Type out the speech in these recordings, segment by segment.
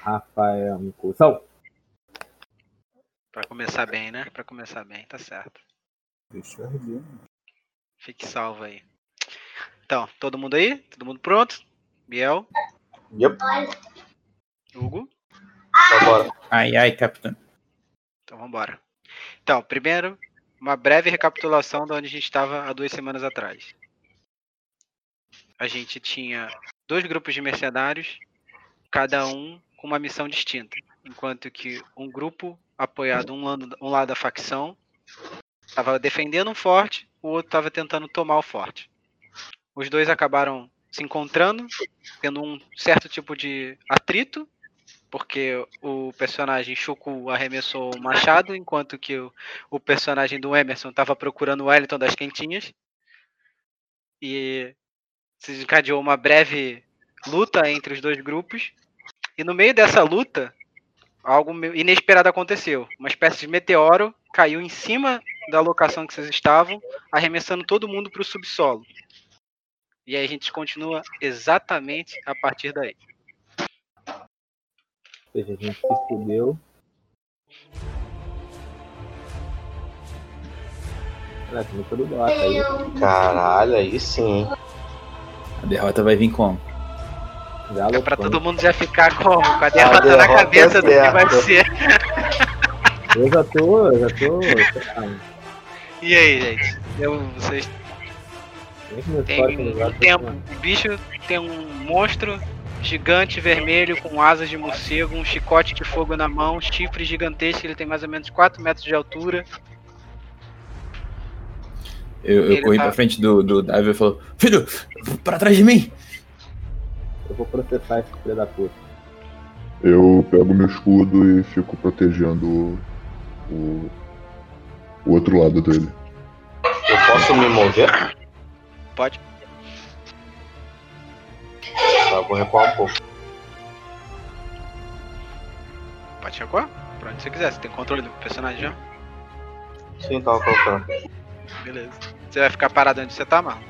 Rafael Incursão. Pra começar bem, né? Pra começar bem, tá certo. Deixa eu ver. Fique salvo aí. Então, todo mundo aí? Todo mundo pronto? Biel? Yep. Hugo? Bora. Ai, capitão. Então, vambora. Então, primeiro, uma breve recapitulação de onde a gente estava há 2 semanas atrás. A gente tinha 2 grupos de mercenários, cada um com uma missão distinta. Enquanto que um grupo apoiado um lado da facção estava defendendo um forte, o outro estava tentando tomar o forte. Os dois acabaram se encontrando, tendo um certo tipo de atrito, porque o personagem Shuku arremessou o machado, enquanto que o personagem do Emerson estava procurando o Wellington das quentinhas. E se desencadeou uma breve luta entre os 2 grupos. E no meio dessa luta, algo inesperado aconteceu. Uma espécie de meteoro caiu em cima da locação que vocês estavam, arremessando todo mundo para o subsolo. E aí a gente continua exatamente a partir daí. Ou seja, a gente se fudeu. Olha, tem todo Dota aí. Caralho, aí sim. A derrota vai vir como? É pra todo mundo já ficar como? Com a derrota na cabeça do que vai ser. Eu já tô. E aí, gente? Vocês tem um bicho, tem um monstro gigante vermelho com asas de morcego, um chicote de fogo na mão, chifre gigantesco, ele tem mais ou menos 4 metros de altura. Eu corri pra frente do Davi e falou: Filho, pra trás de mim! Eu vou processar esse filho da puta. Eu pego meu escudo e fico protegendo o outro lado dele. Eu posso me mover? Pode. Tá, vou recuar um pouco. Pode recuar? Pra onde você quiser, você tem controle do personagem já? Sim, tava colocando. Beleza. Você vai ficar parado onde você tá, Marlon?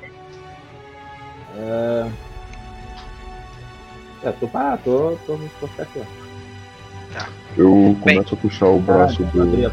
Tô me esforçando aqui, ó. Tá. Eu começo a puxar o braço do...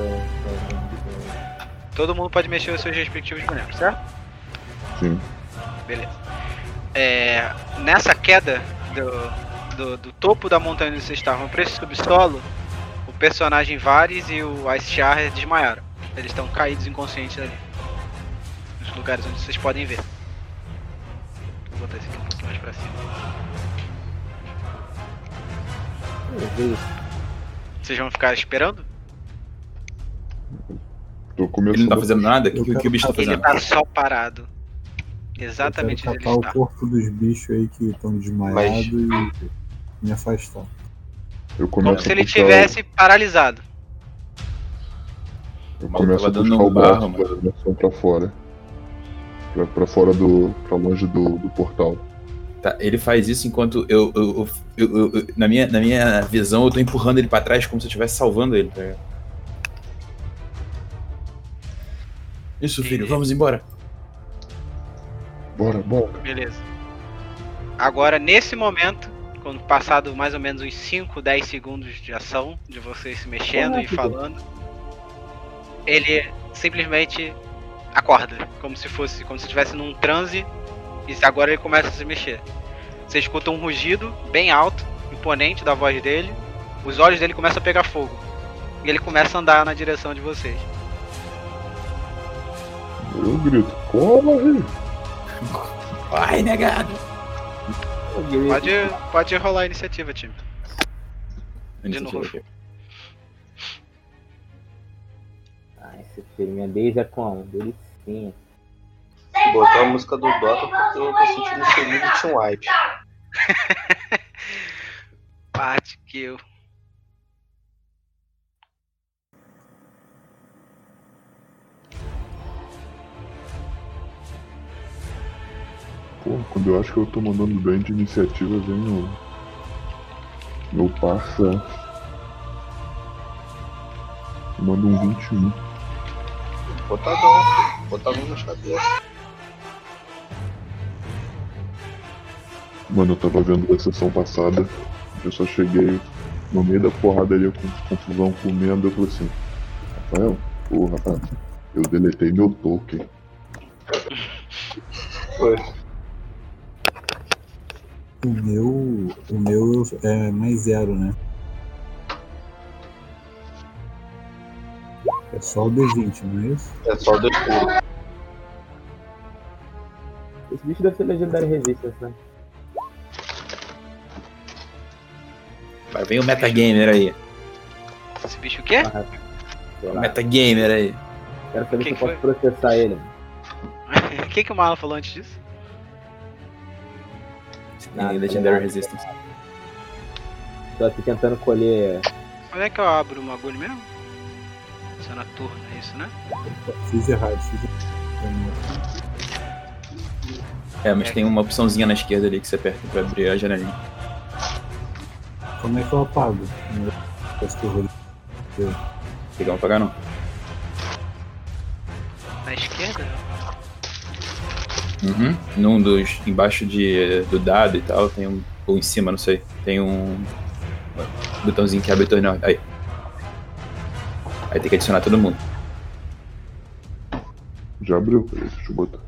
Todo mundo pode mexer os seus respectivos bonecos, certo? Sim. Beleza. Nessa queda do topo da montanha onde vocês estavam para esse subsolo, o personagem Varys e o Ice Char desmaiaram. Eles estão caídos inconscientes ali. Nos lugares onde vocês podem ver. Vou botar esse aqui um pouquinho mais pra cima. Vocês vão ficar esperando? Tô começando. Ele não tá fazendo nada? O que o bicho tá fazendo? Ele tá só parado. Exatamente onde ele catar está. o corpo dos bichos aí que estão desmaiados e me afastar. Eu começo Como se ele tivesse paralisado. Eu começo a puxar o braço da direção pra fora. Pra fora pra longe do portal. Tá, ele faz isso enquanto eu na minha visão, eu tô empurrando ele pra trás como se eu estivesse salvando ele, tá? Isso, filho, vamos embora. Bora. Beleza. Agora, nesse momento, quando passado mais ou menos uns 5, 10 segundos de ação, de vocês se mexendo e falando, ele simplesmente acorda, como se estivesse num transe, e agora ele começa a se mexer. Você escuta um rugido bem alto, imponente da voz dele, os olhos dele começam a pegar fogo, e ele começa a andar na direção de vocês. Eu grito, corre! Vai, negado! Pode rolar a iniciativa, time. De novo. Esse filme é desde como? Delicinha. Botou a música do Dota porque eu tô sentindo o cheirinho de Team Wipe. Parte kill. Pô, quando eu acho que eu tô mandando bem de iniciativa, vem o meu parça. Manda um 21. Botadão na cabeça. Mano, eu tava vendo da sessão passada. Eu só cheguei no meio da porradaria com confusão comendo, eu falei assim, Rafael, Rafael, eu deletei meu token. Foi. O meu é mais 0, né? É só o D20, não é isso? É só o do escuro. Esse bicho deve ser Legendary Resistance, né? Vai vem o metagamer aí. Esse bicho o quê? Sei O lá. metagamer aí. Quero saber Que se eu que posso processar ele. O que o Marlon falou antes disso? Nada, Legendary nada. Resistance. Tô aqui tentando colher. Como é que eu abro o bagulho mesmo? Isso é na turno, é isso, né? Fiz errado. Mas tem uma opçãozinha na esquerda ali que você aperta pra abrir a janelinha. Como é que eu apago? Acho que eu vou. Pegar, não pagar não. Na esquerda? Uhum. Num dos. Embaixo do dado e tal, tem um. Ou em cima, não sei. Tem um botãozinho que abre o torneio. Aí. Aí tem que adicionar todo mundo. Já abriu, peraí, deixa eu botar.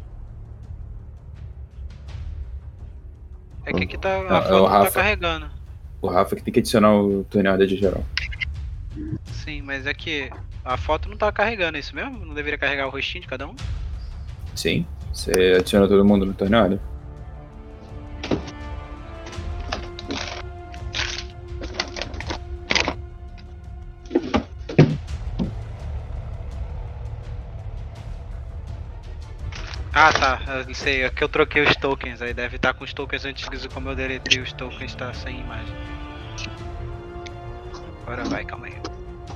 É que aqui tá. Ah, A é foto o não tá Rafa. carregando. O Rafa que tem que adicionar o torneio de geral. Sim, mas é que a foto não tá carregando, é isso mesmo? Não deveria carregar o rostinho de cada um? Sim. Você adiciona todo mundo no torneio. Ah, tá. Eu sei, é que eu troquei os tokens. Aí deve estar com os tokens antigos e como eu deletei os tokens, tá sem imagem. Agora vai, calma aí.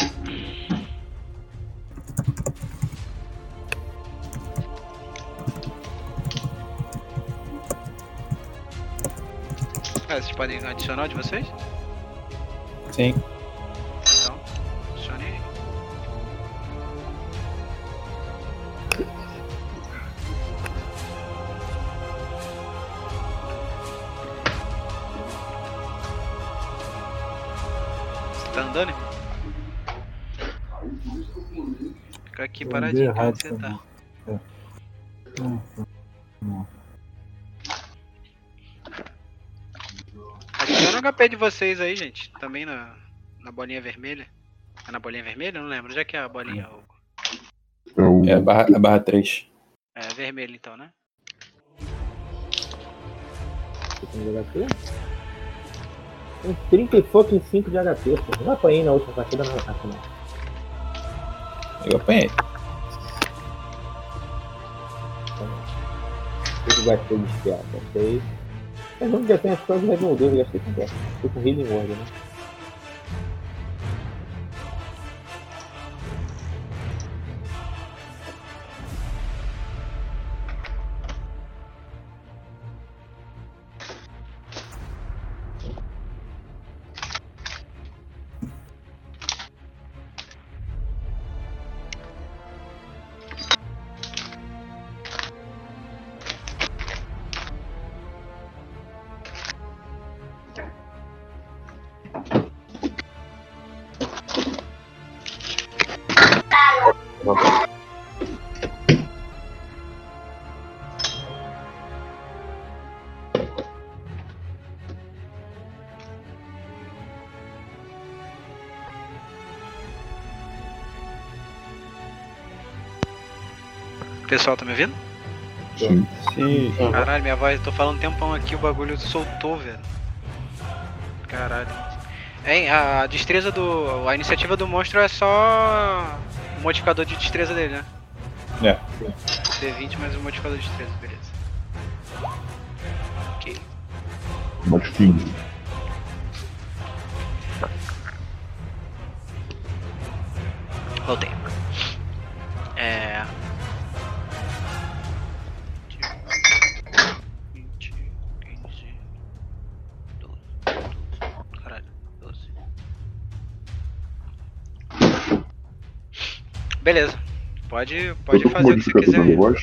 Vocês podem adicionar o de vocês? Sim. Então, adicione aí. Você tá andando, irmão? Fica aqui Eu paradinho, andei onde errado você tá. também. Não. Adiciona o HP de vocês aí, gente. Também na bolinha vermelha. É na bolinha vermelha? Eu não lembro. Já que é a bolinha. É o. É a barra 3. É vermelho então, né? Tem de HP? Tem 35 de HP, pô. Não apanhei na última partida, não. Aqui não. Eu apanhei. O que eu gastei de espiar? Gastei. Mas não já tem as coisas de revolver, eu gastei com essa. Tô com Healing Word, né? Pessoal, tá me ouvindo? Sim. Sim. Caralho, minha voz, eu tô falando um tempão aqui, o bagulho soltou, velho. Caralho. Hein, a destreza do. A iniciativa do monstro é só o modificador de destreza dele, né? É. D20 mais o modificador de destreza, beleza. Ok. Mais 15. Voltei. É. 20, 15, 12. Caralho, 12. Beleza. Pode fazer o que você quiser. De voz?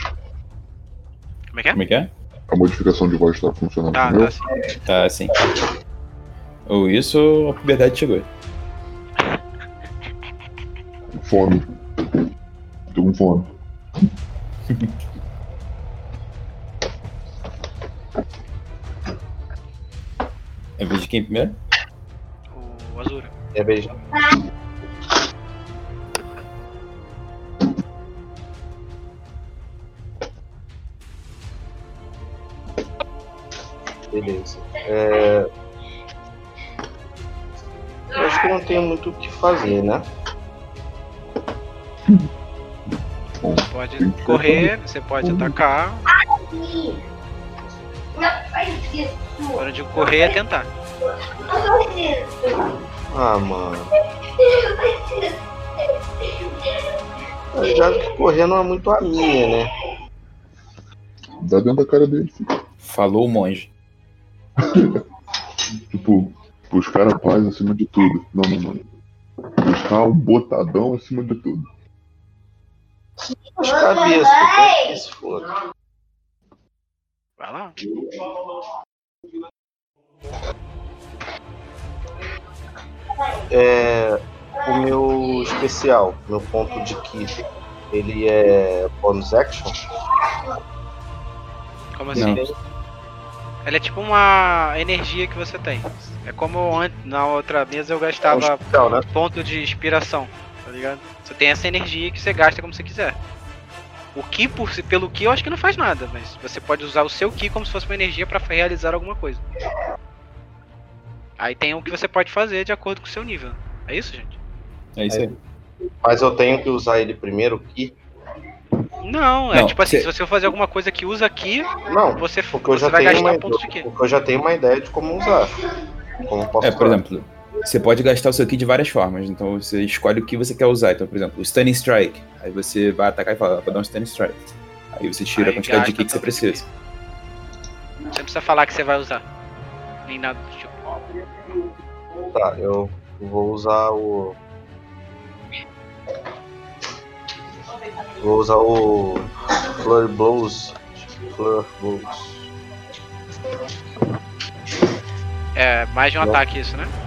Como é que é? Como é que é? A modificação de voz tá funcionando Tá, no meu? tá sim. Tá, sim. Ou isso ou a puberdade chegou. Fome. Tô com fome. É vez de quem primeiro? O Azura. É beijo. Beleza. Eu acho que não tenho muito o que fazer, né? Você pode correr, você pode atacar. Quando eu digo correr é tentar. Ah, mano. Já que correr não é muito a minha, né? Dá dentro da cara dele, filho. Falou o monge. Tipo, buscar a paz acima de tudo. Não. Buscar um botadão acima de tudo. As cabeças, que se foda. Vai lá. O meu especial, meu ponto de ki, ele é bonus action? Como assim? Ela é tipo uma energia que você tem. É como na outra mesa eu gastava especial, né? ponto de inspiração, tá ligado? Você tem essa energia que você gasta como você quiser. O ki, pelo ki, eu acho que não faz nada, mas você pode usar o seu ki como se fosse uma energia pra realizar alguma coisa. Aí tem o que você pode fazer de acordo com o seu nível. É isso, gente? É isso aí. Mas eu tenho que usar ele primeiro, o ki? Não, é tipo assim, se você for fazer alguma coisa que usa ki, Não, você porque eu já vai tenho gastar pontos de ki. porque eu já tenho uma ideia de como usar. Como posso Por usar. exemplo, você pode gastar o seu ki de várias formas. Então você escolhe o que você quer usar. Então, por exemplo, o Stunning Strike. Aí você vai atacar e fala, vou dar um Stunning Strike. Aí você tira a quantidade de ki que você precisa. Você não precisa falar que você vai usar. Nem nada do tipo. Tá, eu vou usar o... Vou usar o Flurry Blows. É, mais de um ataque isso, né?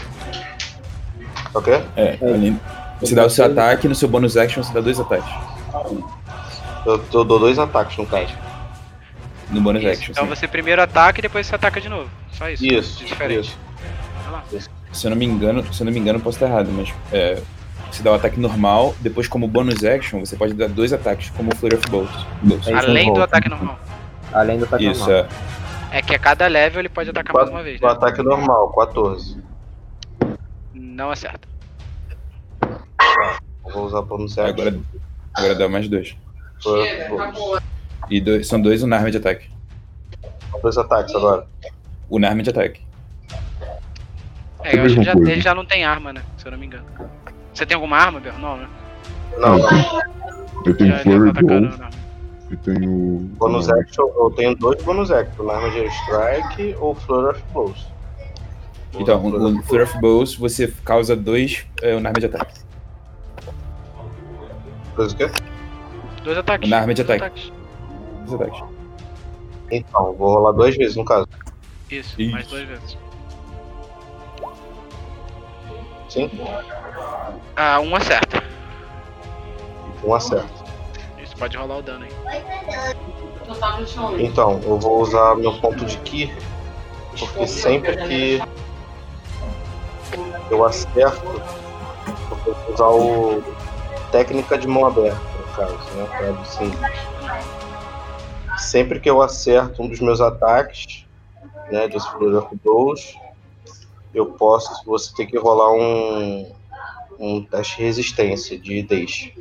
Ok? Você dá o seu ataque e no seu bonus action você dá 2 ataques. Eu dou 2 ataques no caso. No bonus Isso. action. Então sim. você primeiro ataca e depois você ataca de novo. Só isso. Isso, Diferente. isso. Vai lá. Se eu não me engano, eu posso estar errado, mas você dá o ataque normal, depois como bonus action, você pode dar 2 ataques como Flurry of Blows. É isso Além aí, do Hulk. ataque normal. Além do ataque Isso, normal. É que a cada level ele pode atacar mais uma vez, O né? ataque normal, 14. Não acerta. Eu vou usar o bonus action. Agora dá mais 2. Flurry of Blows. E são 2 unarmed attack. 2 ataques agora. Unarmed attack. Eu acho que mesma coisa. ele já não tem arma, né? Se eu não me engano. Você tem alguma arma, Bernal, né? Não, Eu tenho Já Flurry tá atacando, Blows não. e tenho. bonus action, eu tenho 2 bonus action, Armageddon Strike ou Flurry of Blows. Então, o Flurry of Blows você causa 2 unarmed attack. Coisa o quê? 2 ataques. Unarmed Dois attack. ataques. 2 ataques. Então, vou rolar 2 vezes no caso. Isso, Isso. mais 2 vezes. Sim? Um acerta. Um acerto. Isso, pode rolar o dano aí. Então, eu vou usar meu ponto de ki, porque sempre que eu acerto, eu vou usar o técnica de mão aberta, no caso, né? Pra simples. Sempre que eu acerto um dos meus ataques, né, dos Flurry of Blows, você tem que rolar um teste de resistência de deixe.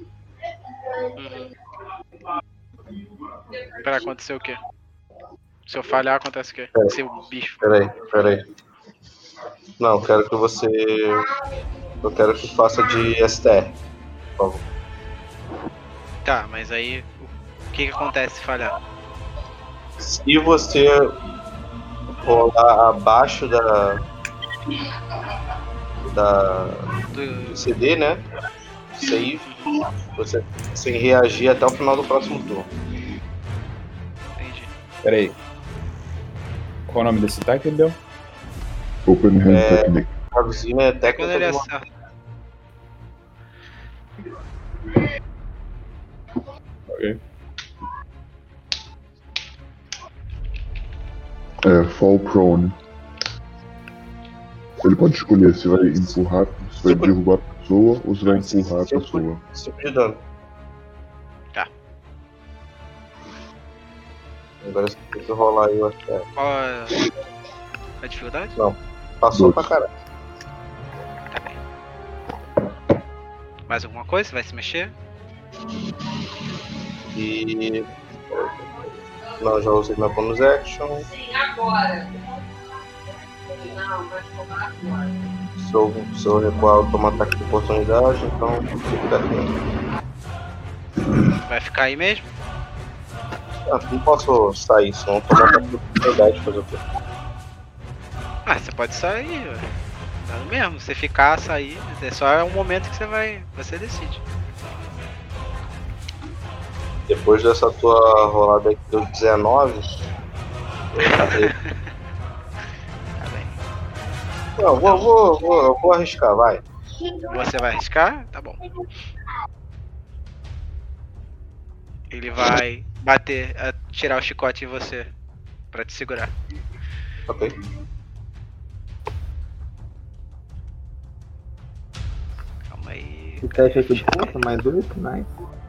Pra acontecer o quê? Se eu falhar, acontece o quê? Seu bicho. Peraí. Não, eu quero que você. Eu quero que faça de STR, por favor. Tá, mas aí o que acontece se falhar? Se você rolar abaixo do CD, né? Save, você sem reagir até o final do próximo turno. Entendi. Pera aí. Qual o nome desse ataque que ele deu? Open Hand Technique. Traduzindo é Quando técnica ele de acerta. Ok. Fall Prone. Ele pode escolher se vai empurrar, se vai derrubar a pessoa ou se vai empurrar a pessoa. 5 de dano. Tá. Agora você tem que rolar aí o acerto. Qual é a dificuldade? Passou 12. pra caralho. Tá bem. Mais alguma coisa? Você vai se mexer? E. Não, já usei minha bonus action. Sim, agora. Não, vai tomar agora. Se eu recuar, eu tomo ataque de oportunidade, então fica aqui. Vai ficar aí mesmo? Não posso sair, senão eu tomo ataque de oportunidade fazer o quê? Ah, você pode sair, ué. Dá no mesmo. Você ficar, sair. É só um momento que você decide. Depois dessa tua rolada aqui do 19. Tá bem. Não, eu vou arriscar, vai. Você vai arriscar? Tá bom. Ele vai bater, tirar o chicote em você. Pra te segurar. Ok. Calma aí. O teste aqui de força, mais 8, nice.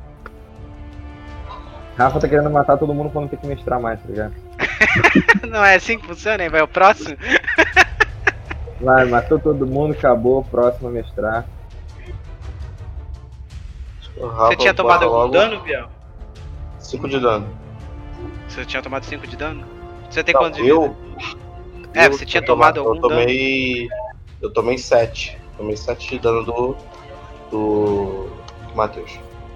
Rafa tá querendo matar todo mundo pra não ter que mestrar mais, tá ligado? Não é assim que funciona, hein? Vai o próximo? Vai, matou todo mundo, acabou, próximo a mestrar. Você tinha tomado algum dano, Biel? 5 de dano. Você tinha tomado 5 de dano? Você tem Não, quanto de vida? Você tinha tomado algum dano? Eu tomei 7. Tomei 7 de dano do Matheus.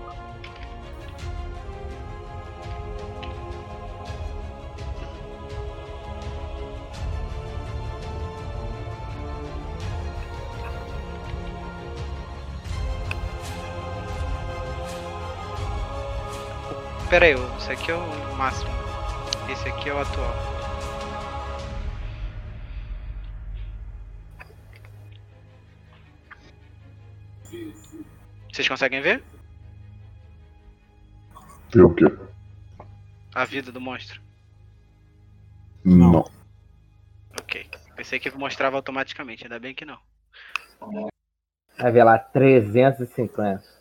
Pera aí, esse aqui é o máximo. Esse aqui é o atual. Vocês conseguem ver? Ver o quê? A vida do monstro. Não. Ok. Pensei que mostrava automaticamente, ainda bem que não. Vai ver lá, 350.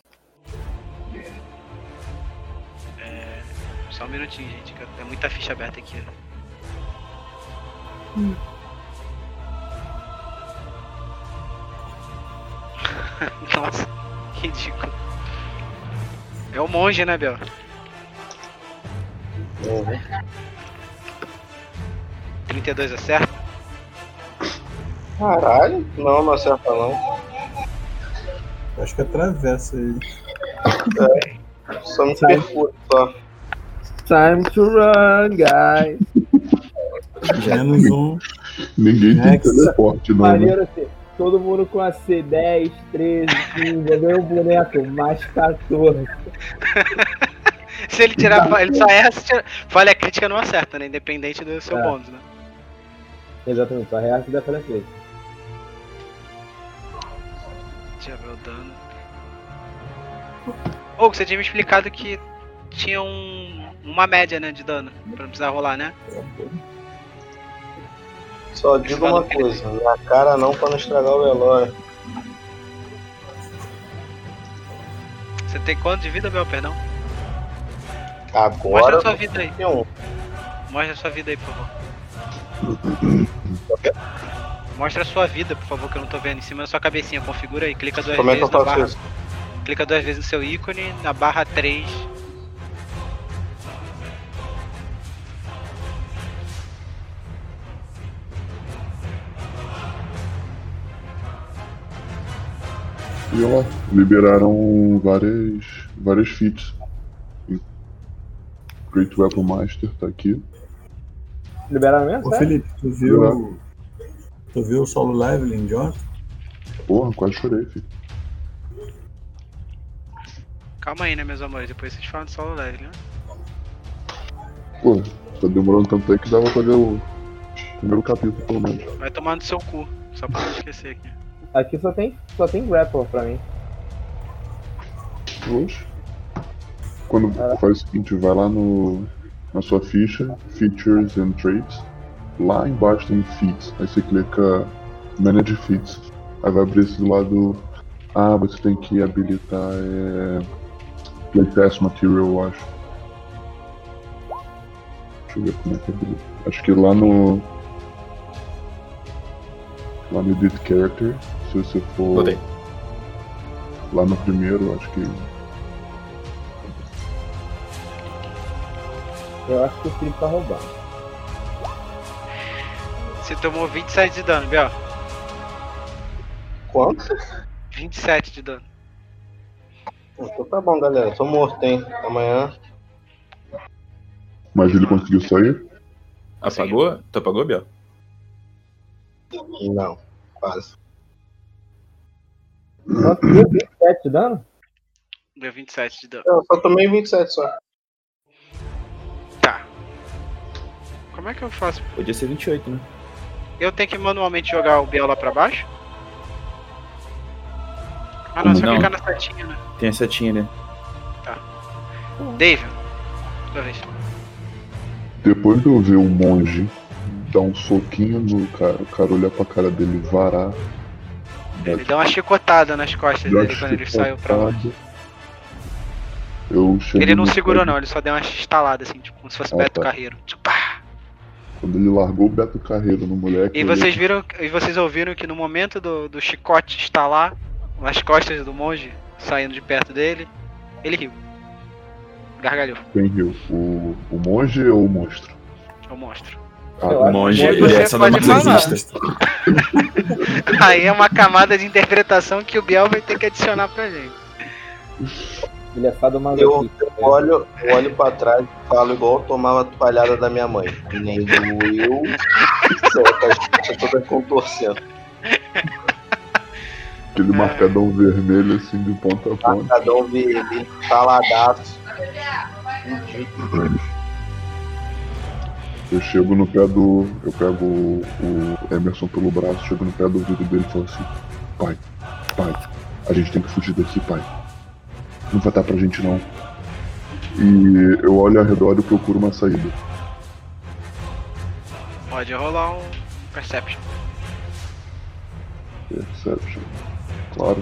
Só um minutinho, gente, que tem muita ficha aberta aqui. Nossa, que ridículo. É o monge, né, Bel? 32 acerta? Caralho, não acerta não. Acho que atravessa ele. Só me perfura só. Time to run, guys. Menos um. Ninguém tem Next. teleporte, não. Né? Maneiro assim, todo mundo com AC 10, 13, 15, ganhou um boneco, mais 14. Se ele tirar, ele só erra se tirar. Falha crítica não acerta, né? Independente do seu bônus, né? Exatamente, só reaça da falha crítica. Deixa eu ver o dano. Ou você tinha me explicado que tinha uma média, né, de dano, pra não precisar rolar, né? Só digo uma coisa, minha cara não pra não estragar o velório. Você tem quanto de vida, Bel, perdão? Agora. Mostra a sua vida aí. Tem um. Mostra a sua vida aí, por favor. Mostra a sua vida, por favor, que eu não tô vendo. Em cima da sua cabecinha, configura aí, clica duas Como é que eu vezes na faço barra. isso? Clica duas vezes no seu ícone, na barra 3. E ó, liberaram várias feats. Great Weapon Master tá aqui. Liberaram mesmo? Ô Sério? Felipe, tu viu o solo leveling de ontem? Porra, quase chorei, filho. Calma aí, né, meus amores, depois vocês falam de solo leve, né? Pô, tá demorando tanto aí que dava pra ver primeiro capítulo, pelo menos. Vai tomar no seu cu, só pra não esquecer aqui. Aqui só tem grapple pra mim. Oxe. Quando faz o seguinte, vai lá na sua ficha, Features and Traits. Lá embaixo tem Feats. Aí você clica Manage Feats. Aí vai abrir esse lado. Ah, você tem que habilitar Playtest Material, eu acho. Deixa eu ver como é que habilita. Acho que lá no Edit Character, se você for Botei. lá no primeiro, acho que Eu acho que o Felipe tá roubando. Você tomou 27 de dano, Biel. Quanto? 27 de dano. Então tá bom, galera. Tô morto, hein? Amanhã. Mas ele conseguiu sair? Apagou? Tu apagou, Biel? Não, quase. Quanto deu? 27 de dano? Deu 27 de dano. Eu só tomei 27 só. Tá. Como é que eu faço? Podia ser 28, né? Eu tenho que manualmente jogar o Biel lá pra baixo? Ah não, só Não. clicar na setinha, né? Tem a setinha ali. Dave, tua vez. Depois de eu ver o monge dar um soquinho no cara, o cara olhar pra cara dele e varar. Ele deu uma chicotada nas costas dar dele quando ele saiu pra lá. chicotada, eu chego Ele não no segurou pé- não, ele só deu uma estalada assim, tipo, como se fosse Ah, Beto tá. Carreiro. Tipo, pá! Quando ele largou o Beto Carreiro no moleque. E vocês viram, e vocês ouviram que no momento do chicote estalar nas costas do monge, saindo de perto dele, ele riu. Gargalhou, Quem riu? O monge ou o monstro? o monstro. Ah, Eu O acho monge, que ele você é pode sadomasoquista. Aí é uma camada de interpretação que o Biel vai ter que adicionar pra gente. Ele é sadomasoquista. Eu olho pra trás e falo igual eu tomava a toalhada da minha mãe. Nem doeu, certo, as costas todas contorcendo. aquele marcadão vermelho assim de ponta a ponta. Marcadão vermelho, taladaço. Eu chego no pé do. Eu pego o Emerson pelo braço, chego no pé do ouvido dele e falo assim: pai, a gente tem que fugir daqui, pai. Não vai dar pra gente não. E eu olho ao redor e procuro uma saída. Pode rolar um Perception. Perception. Claro.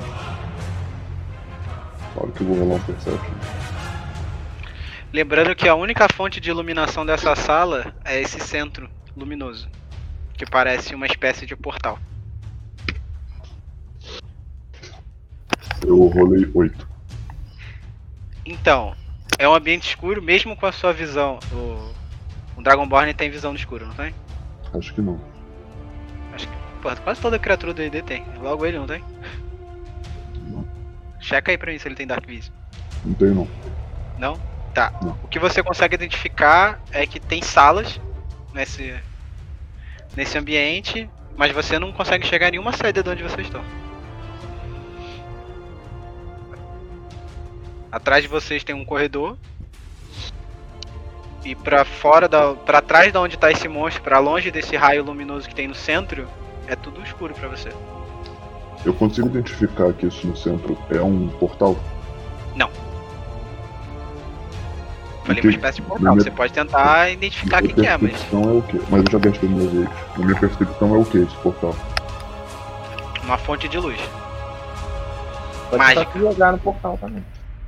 Claro que eu vou rolar um Perception. Lembrando que a única fonte de iluminação dessa sala é esse centro luminoso, que parece uma espécie de portal. Eu rolei 8. Então, é um ambiente escuro, mesmo com a sua visão. O Dragonborn tem visão no escuro, não tem? Acho que não. Acho que, porra, quase toda criatura do D&D tem. Logo ele não tem? Checa aí pra mim se ele tem Dark Vision. Não tenho não. Não? Tá. Não. O que você consegue identificar é que tem salas nesse ambiente, mas você não consegue chegar em nenhuma saída de onde vocês estão. Atrás de vocês tem um corredor. E pra trás de onde tá esse monstro, pra longe desse raio luminoso que tem no centro, é tudo escuro pra você. Eu consigo identificar que isso no centro é um portal? Falei Que- uma espécie de portal, na minha- você pode tentar identificar o que é, mas percepção é o quê? Mas eu já gastei meus vezes. Na minha percepção é o que esse portal? uma fonte de luz. Pode Mágica. só se jogar no portal também.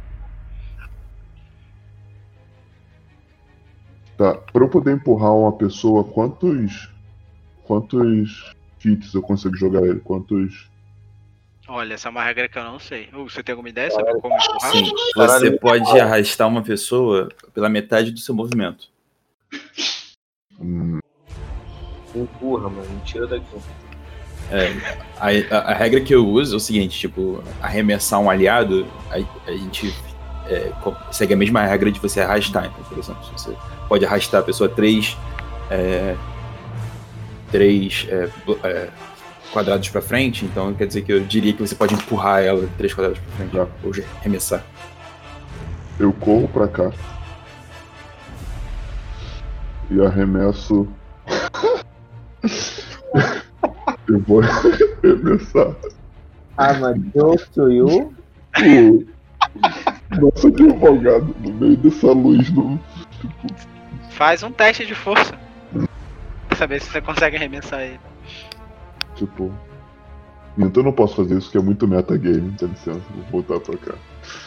Tá, pra eu poder empurrar uma pessoa, quantos feats eu consigo jogar ele? Quantos... Olha, essa é uma regra que eu não sei. Você tem alguma ideia sobre como empurrar? Sim, Caralho, você pode arrastar uma pessoa pela metade do seu movimento. Empurra, mano. Me tira daqui. A regra que eu uso é o seguinte, tipo, arremessar um aliado, a gente segue a mesma regra de você arrastar. Então, por exemplo, você pode arrastar a pessoa 3 quadrados pra frente, então quer dizer que eu diria que você pode empurrar ela 3 quadrados pra frente, Tá. ou arremessar. Eu corro pra cá. E arremesso Eu vou arremessar. I'm a joke to you. Nossa, que empolgado no meio dessa luz. No... Faz um teste de força. Pra saber se você consegue arremessar ele. Tipo. Então eu não posso fazer isso, que é muito metagame. Dá licença, vou voltar pra cá.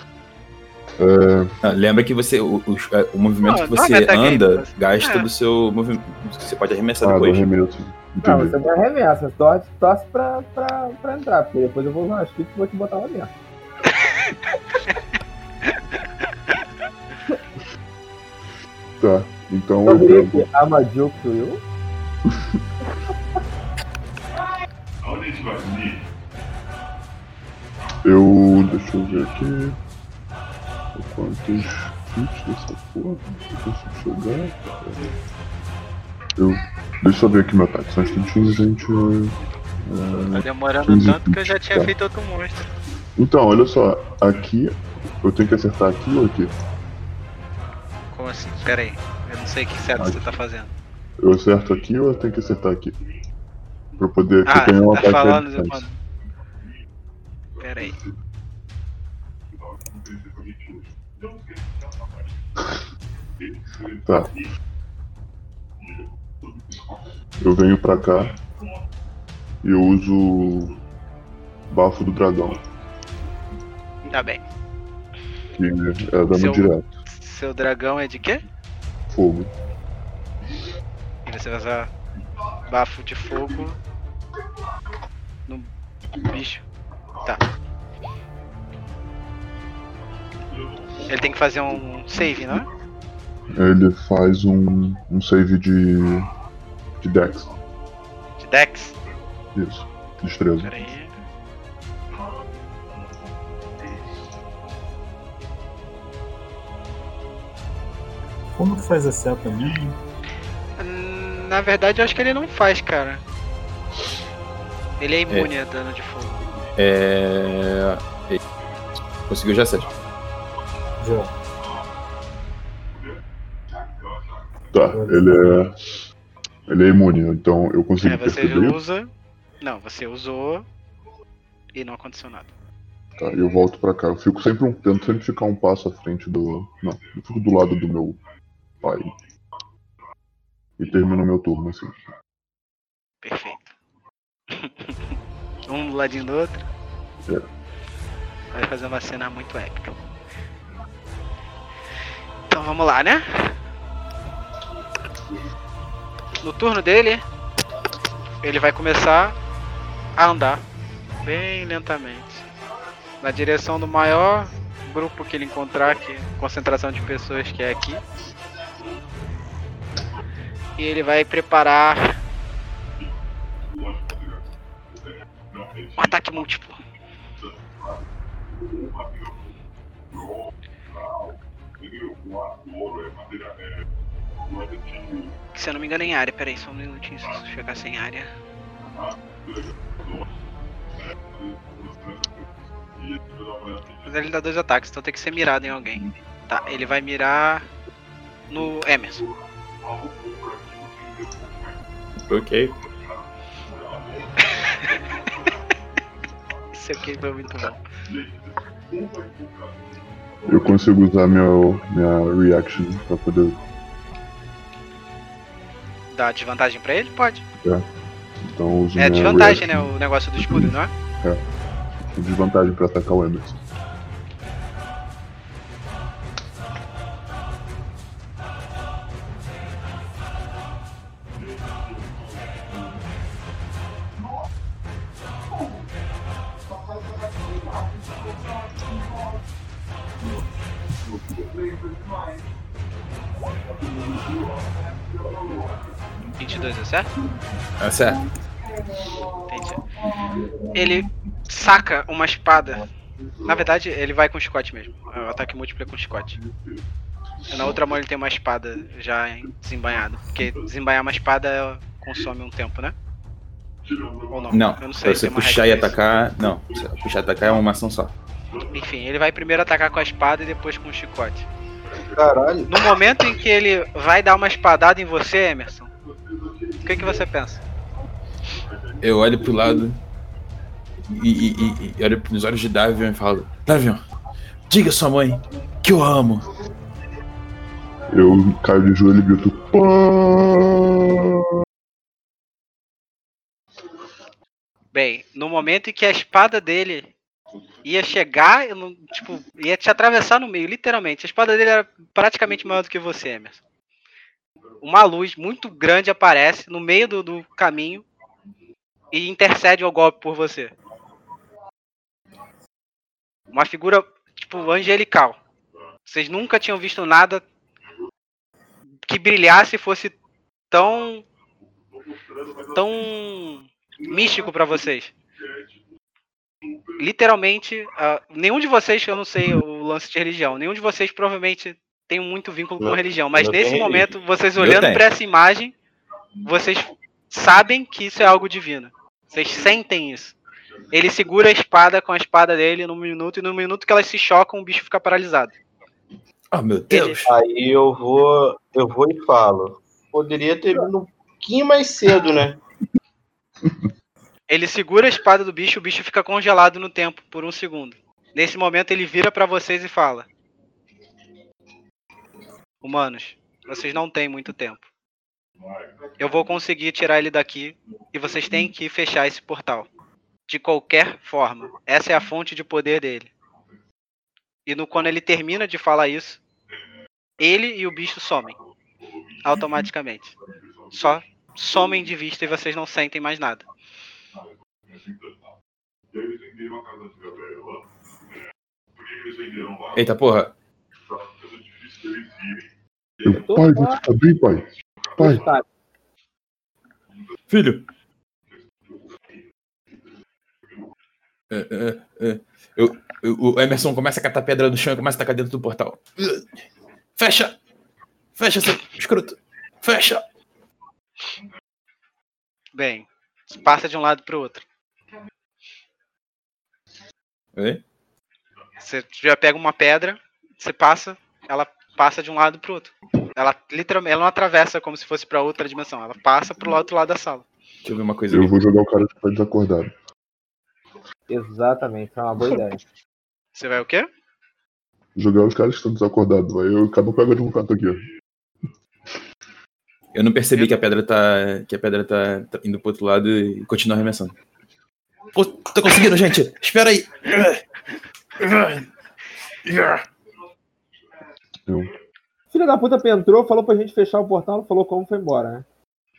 Lembra que você. O movimento que você anda gasta do seu movimento. Você pode arremessar depois. Do arremesso. Não, você vai arremessa, torce pra entrar, porque depois eu vou usar uma chute e vou te botar lá dentro. Tá, então Eu eu diria pego. que I'm a joke to you. Deixa eu ver aqui. Quantos hits dessa porra eu consigo chegar? Deixa eu ver aqui meu ataque. Só um instantinho, gente. Tá demorando tanto que eu já tinha feito outro monstro. Então, olha só. Aqui. Eu tenho que acertar aqui ou aqui? Como assim? Pera aí. Eu não sei o que certo você tá fazendo. Eu acerto aqui ou eu tenho que acertar aqui? Pra eu poder Ah, ganhar um tá ataque falando, à mano. Pera aí. Tá. Eu venho pra cá e eu uso o bafo do dragão, Tá bem. que é dano direto. Seu dragão é de quê? Fogo. E você vai usar bafo de fogo no bicho. Tá. Ele tem que fazer um save, não é? Ele faz um save de Dex. De Dex? Isso. Destreza. Pera aí. Como que faz a seta mesmo? Na verdade, eu acho que ele não faz, cara. Ele é imune a dano de fogo. Conseguiu já, Sérgio? Já. Tá, ele é imune, então eu consigo Você perceber. usa. Não, você usou e não aconteceu nada. Tá, eu volto pra cá. Eu fico tento sempre ficar um passo à frente do. Não, eu fico do lado do meu pai. E termino meu turno, assim. Perfeito. Um do ladinho do outro. É. Vai fazer uma cena muito épica. Então vamos lá, né? No turno dele, ele vai começar a andar bem lentamente na direção do maior grupo que ele encontrar, que concentração de pessoas que é aqui. E ele vai preparar um ataque múltiplo. Se eu não me engano, é em área. Pera aí, só um minutinho, se eu chegar sem área. Mas ele dá 2 ataques, então tem que ser mirado em alguém. Tá, ele vai mirar no Emerson. Ok. Isso aqui foi muito bom. Eu consigo usar minha reaction pra poder. Dá desvantagem pra ele? Pode. Então eu uso É minha desvantagem, né? reaction. O negócio do escudo, não é? Desvantagem pra atacar o Emerson. É certo? É certo. Entendi. Ele saca uma espada. Na verdade, ele vai com chicote mesmo. O ataque múltiplo é com chicote. Na outra mão ele tem uma espada já desembainhada. Porque desembainhar uma espada consome um tempo, né? Ou não? Não, Eu não sei. pra você tem uma puxar e regra atacar. Não, puxar e atacar é uma ação só. Enfim, ele vai primeiro atacar com a espada e depois com o chicote. Caralho. No momento em que ele vai dar uma espadada em você, Emerson, o que você pensa? Eu olho pro lado e olho nos olhos de Davion e falo: Davion, diga à sua mãe que eu a amo. Eu caio de joelho e grito: Pá! Bem, no momento em que a espada dele ia chegar, ia te atravessar no meio, literalmente. A espada dele era praticamente maior do que você, Emerson. Uma luz muito grande aparece no meio do caminho e intercede o golpe por você. Uma figura, angelical. Vocês nunca tinham visto nada que brilhasse e fosse tão místico pra vocês. Literalmente, nenhum de vocês, eu não sei o lance de religião, nenhum de vocês provavelmente tem muito vínculo com religião, mas nesse momento, vocês olhando pra essa imagem, vocês sabem que isso é algo divino. Vocês sentem isso. Ele segura a espada com a espada dele num minuto, e no minuto que elas se chocam, o bicho fica paralisado. Oh, meu Deus. Aí eu vou e falo. Poderia ter vindo um pouquinho mais cedo, né? Ele segura a espada do bicho, o bicho fica congelado no tempo por um segundo. Nesse momento ele vira pra vocês e fala: Humanos, vocês não têm muito tempo. Eu vou conseguir tirar ele daqui e vocês têm que fechar esse portal. De qualquer forma. Essa é a fonte de poder dele. E quando ele termina de falar isso, ele e o bicho somem. Automaticamente. Só somem de vista e vocês não sentem mais nada. Eita porra. Pai, você tá bem, pai? Pai. Filho. O Emerson começa a catar pedra do chão e começa a tacar dentro do portal. Fecha! Fecha, seu escroto! Fecha! Bem, passa de um lado pro outro. Oi? Você já pega uma pedra, você passa, ela passa de um lado pro outro. Ela literalmente, ela não atravessa como se fosse pra outra dimensão, ela passa pro outro lado da sala. Deixa eu ver uma coisa Eu aqui. vou jogar o cara que tá desacordado. Exatamente, é uma boa ideia. Você vai o quê? Jogar os caras que estão desacordados. Aí eu cada um pega de um canto aqui, ó. Eu não percebi que a pedra tá indo pro outro lado e continua arremessando. Pô, tô conseguindo, gente! Espera aí! Filho da puta entrou, falou pra gente fechar o portal, não falou como, foi embora, né?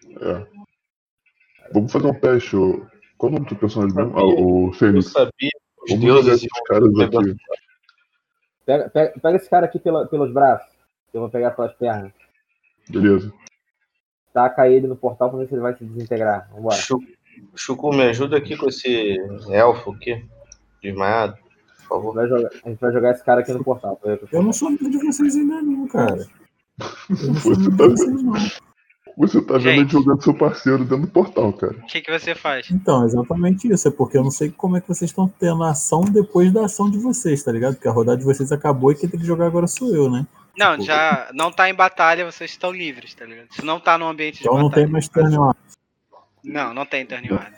É. Vamos fazer um teste, ô. Qual o nome do personagem mesmo? O Eu Fênix. sabia. Os Vamos jogar deuses esses caras aqui. Pega esse cara aqui pelos braços, que eu vou pegar pelas pernas. Beleza. Taca ele no portal pra ver se ele vai se desintegrar. Vambora. Chucu, me ajuda aqui com esse elfo aqui, desmaiado, por favor. A gente vai jogar esse cara aqui no portal. Eu não sou amigo de vocês ainda não, cara. Eu não sou Você amigo tá de vocês não. Você tá vendo Gente. ele jogando seu parceiro dentro do portal, cara. O que você faz? Então, exatamente isso. É porque eu não sei como é que vocês estão tendo a ação depois da ação de vocês, tá ligado? Porque a rodada de vocês acabou e quem tem que jogar agora sou eu, né? Não, Tipo, já não tá em batalha, vocês estão livres, tá ligado? Se não tá no ambiente de então não batalha. tem mais turn order. Não tem turn order.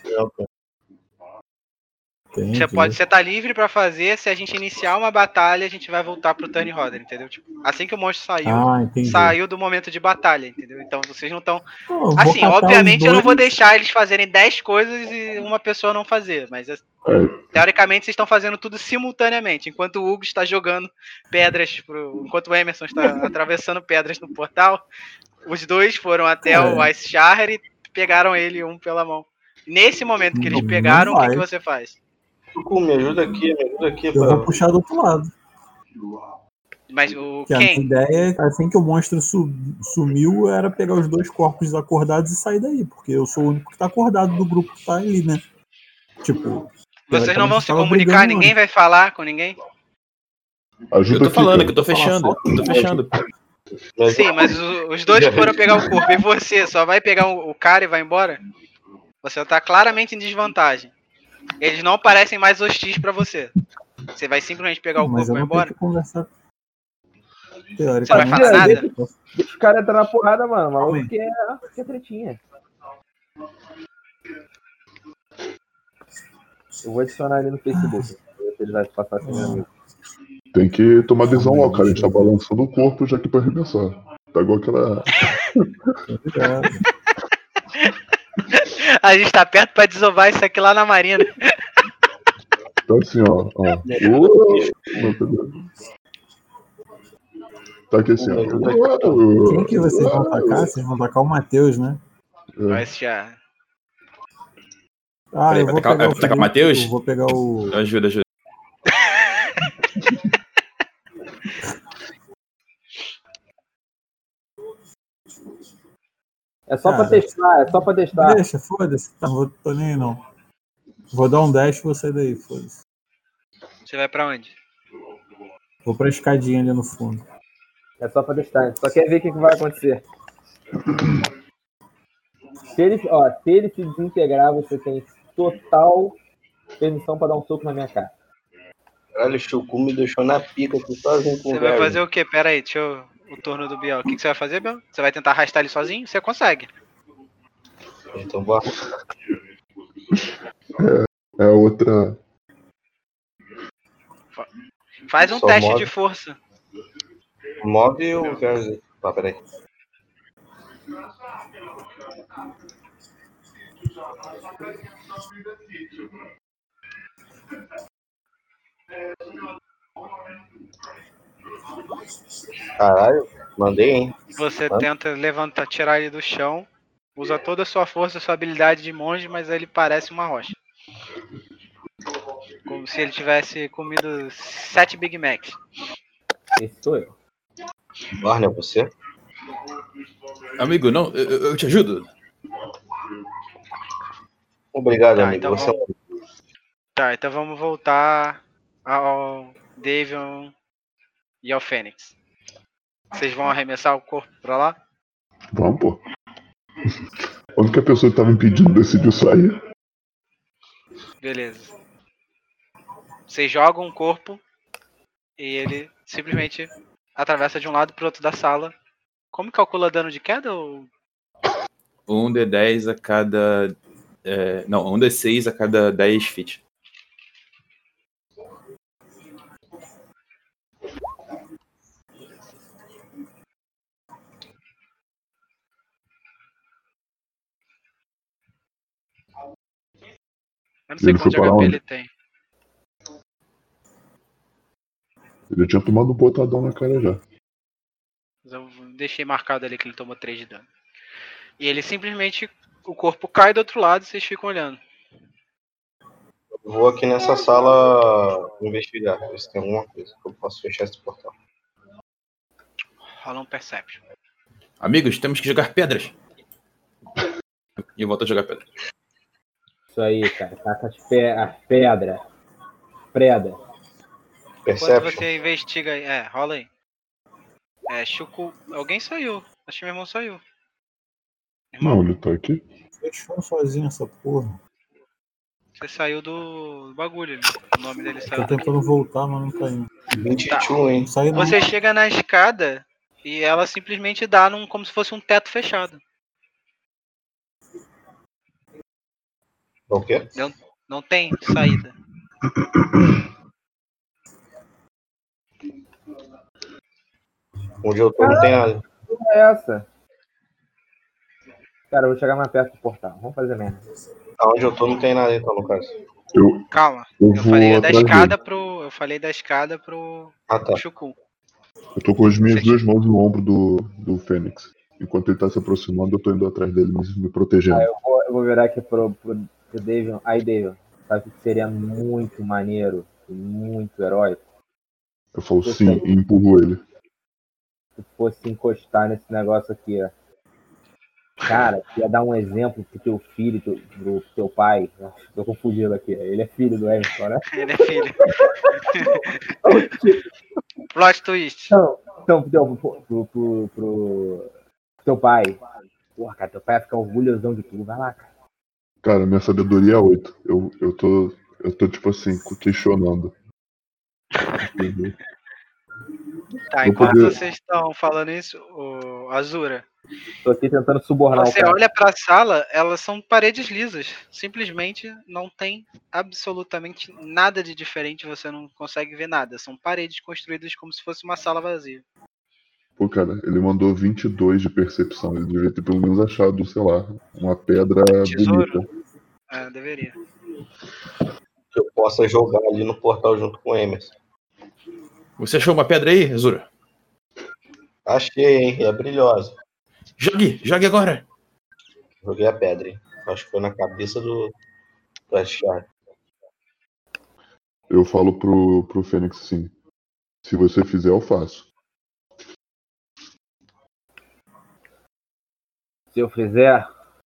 Entendi. Você tá livre pra fazer, se a gente iniciar uma batalha, a gente vai voltar pro turn order, entendeu? Tipo, assim que o monstro saiu do momento de batalha, entendeu? Então vocês não estão... Não, eu vou Assim, catar obviamente os eu não vou dois. deixar eles fazerem 10 coisas e uma pessoa não fazer, mas teoricamente vocês estão fazendo tudo simultaneamente, enquanto o Hugo está jogando pedras, enquanto o Emerson está atravessando pedras no portal, os dois foram até o Ice Sharer e pegaram ele um pela mão. Nesse momento que eles Não pegaram, o vai. que você faz? Chucu, me ajuda aqui. Eu vou puxar do outro lado. Mas o Que a minha quem? ideia, assim que o monstro sumiu, era pegar os dois corpos desacordados e sair daí. Porque eu sou o único que tá acordado do grupo que tá ali, né? Tipo... Vocês não vão se tava comunicar, brigando ninguém vai falar com ninguém? Ajuda Eu tô aqui, falando cara. que eu tô fechando. Eu tô fechando. Sim, mas os dois foram pegar o corpo e você só vai pegar o cara e vai embora? Você tá claramente em desvantagem. Eles não parecem mais hostis pra você. Você vai simplesmente pegar o Mas corpo e eu vai vou ter embora? que conversar. Você vai falar nada? Deixa os caras entrar na porrada, mano. Maluco que é tretinha. Eu vou adicionar ele no Facebook. Ver se ele vai passar assim, meu amigo. Tem que tomar decisão logo, cara. A gente tá balançando o corpo já aqui pra arremessar. Tá igual aquela. A gente tá perto pra desovar isso aqui lá na marina. Tá assim, ó. Não, beleza. Tá aqui assim, ó. Quem que vocês vão atacar? Vocês vão atacar o Matheus, né? Vai já. Ah, eu vou atacar pegar o o Felipe, Matheus? eu vou pegar o... Ajuda. É só pra testar, Deixa, foda-se. Tá, não tô nem aí, não. Vou dar um dash e vou sair daí, foda-se. Você vai pra onde? Vou pra escadinha ali no fundo. É só pra testar. Só quer ver o que vai acontecer. Se ele se desintegrar, você tem total permissão pra dar um soco na minha cara. Caralho, o Chuku me deixou na pica aqui sozinho com o Você vai velho. fazer o quê? Pera aí, deixa eu... O turno do Biel. O que você vai fazer, Biel? Você vai tentar arrastar ele sozinho? Você consegue. Então bora. É outra. Faz um Só teste move. de força. Move o velho. Ah, peraí. Caralho, mandei, hein? Você Hã? tenta levantar, tirar ele do chão. Usa toda a sua força, sua habilidade de monge, mas ele parece uma rocha. Como se ele tivesse comido 7 Big Macs. Esse sou eu. Warner, é você? Amigo, não, eu te ajudo. Obrigado, Tá, amigo. então Você então vamos voltar ao Davion e ao Fênix. Vocês vão arremessar o corpo pra lá? Vamos, pô. A única pessoa que tava impedindo decidiu sair. Beleza. Vocês jogam o corpo e ele simplesmente atravessa de um lado pro outro da sala. Como calcula dano de queda? Ou... 1d10 a cada. Não, 1d6 a cada 10 feet. Eu não sei Ele quanto de foi pra HP onde? ele tem. Ele tinha tomado um botadão na cara já. Mas eu deixei marcado ali que ele tomou 3 de dano. E ele simplesmente... O corpo cai do outro lado e vocês ficam olhando. vou aqui nessa sala investigar, ver se tem alguma coisa que eu posso fechar esse portal. Rola um Perception. Amigos, temos que jogar pedras. E volta a jogar pedra. Isso aí, cara. Taca as pedras. Preda. Enquanto Perception? você investiga aí... rola aí. Chuku... Alguém saiu. Acho que meu irmão saiu. Irmão, Não, ele tá aqui. Fechou sozinho essa porra. você saiu do bagulho ali. O nome dele Tô saiu daqui. tentando voltar, mas não tá indo. 22, hein? Não sai não. Você chega na escada e ela simplesmente dá como se fosse um teto fechado. O quê? Não tem saída. Onde eu tô não tem nada. É essa. Cara, eu vou chegar mais perto do portal. Vamos fazer merda. Aonde eu tô não tem nada então, no caso. Eu Calma. vou Eu falei da atrás escada dele. pro. Eu falei da escada pro Ah, tá. Chuku. Eu tô com as minhas duas mãos no ombro do Fênix. Enquanto ele tá se aproximando, eu tô indo atrás dele, me protegendo. Eu vou virar aqui pro Davion. Aí, Davion, sabe o que seria muito maneiro e muito heróico? Eu falo sim e empurro ele. Se fosse encostar nesse negócio aqui, ó. Cara, ia dar um exemplo pro teu filho, pro teu pai. Tô confundindo aqui. Ele é filho do Emerson, né? Ele é filho. Plot twist. Então, pro teu pai. Porra, cara, teu pai vai ficar orgulhosão de tudo. Vai lá, cara. Cara, minha sabedoria é 8. Eu tô tipo assim, questionando. Tá, Vou enquanto poder- vocês estão falando isso, o Azura, Tô aqui tentando subornar o você cara. olha pra sala, elas são paredes lisas. Simplesmente não tem absolutamente nada de diferente, você não consegue ver nada. São paredes construídas como se fosse uma sala vazia. Pô, cara, ele mandou 22 de percepção. Ele devia ter pelo menos achado, sei lá, uma pedra Tesouro? bonita. É, deveria. Que eu possa jogar ali no portal junto com o Emerson. Você achou uma pedra aí, Azura? Achei, hein? É brilhosa. Jogue agora. Joguei a pedra, hein? Acho que foi na cabeça do Ashar. Eu falo pro Fênix assim: se você fizer, eu faço. Se eu fizer,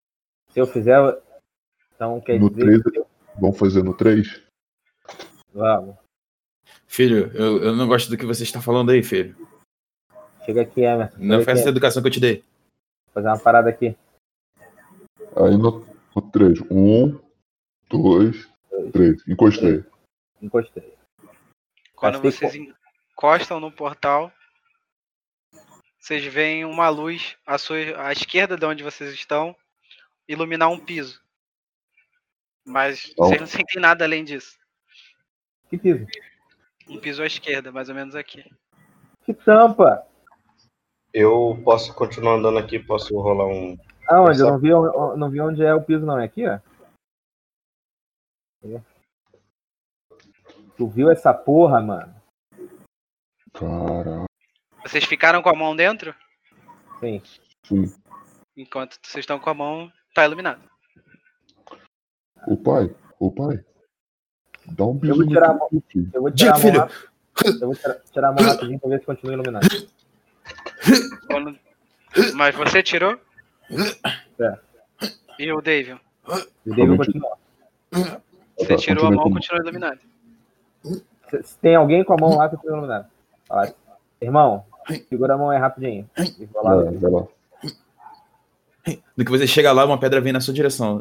então quer No dizer 3, que vamos fazer no 3? vamos. Filho, eu não gosto do que você está falando aí, filho. Chega aqui, Emerson. Não Chega foi essa aqui, educação que eu te dei. Vou fazer uma parada aqui. Aí no 3, 1, 2, 3. Encostei. Encostei. Quando Gastei vocês encostam no portal, vocês veem uma luz à esquerda de onde vocês estão iluminar um piso. Mas vocês não sentem nada além disso. Que piso? Um piso à esquerda, mais ou menos aqui. Que tampa! Eu posso continuar andando aqui, posso rolar um. Aonde? Eu não vi onde é o piso, não. É aqui, ó. Tu viu essa porra, mano? Caraca. Vocês ficaram com a mão dentro? Sim. Enquanto vocês estão com a mão, tá iluminado. Ô pai. Dá um Eu bisu vou no tirar a mão. cu, filho. Eu vou tirar a mão filho. rápido. Eu vou tirar a mão rapidinho pra ver se continua iluminado. Mas você tirou? É. E o David? O David continua. Você Tá, tirou a continua mão, com- continua iluminado. Se tem alguém com a mão lá, continua iluminado. Fala, irmão, segura a mão aí rapidinho. E vou lá. Vai lá. No que você chega lá, uma pedra vem na sua direção.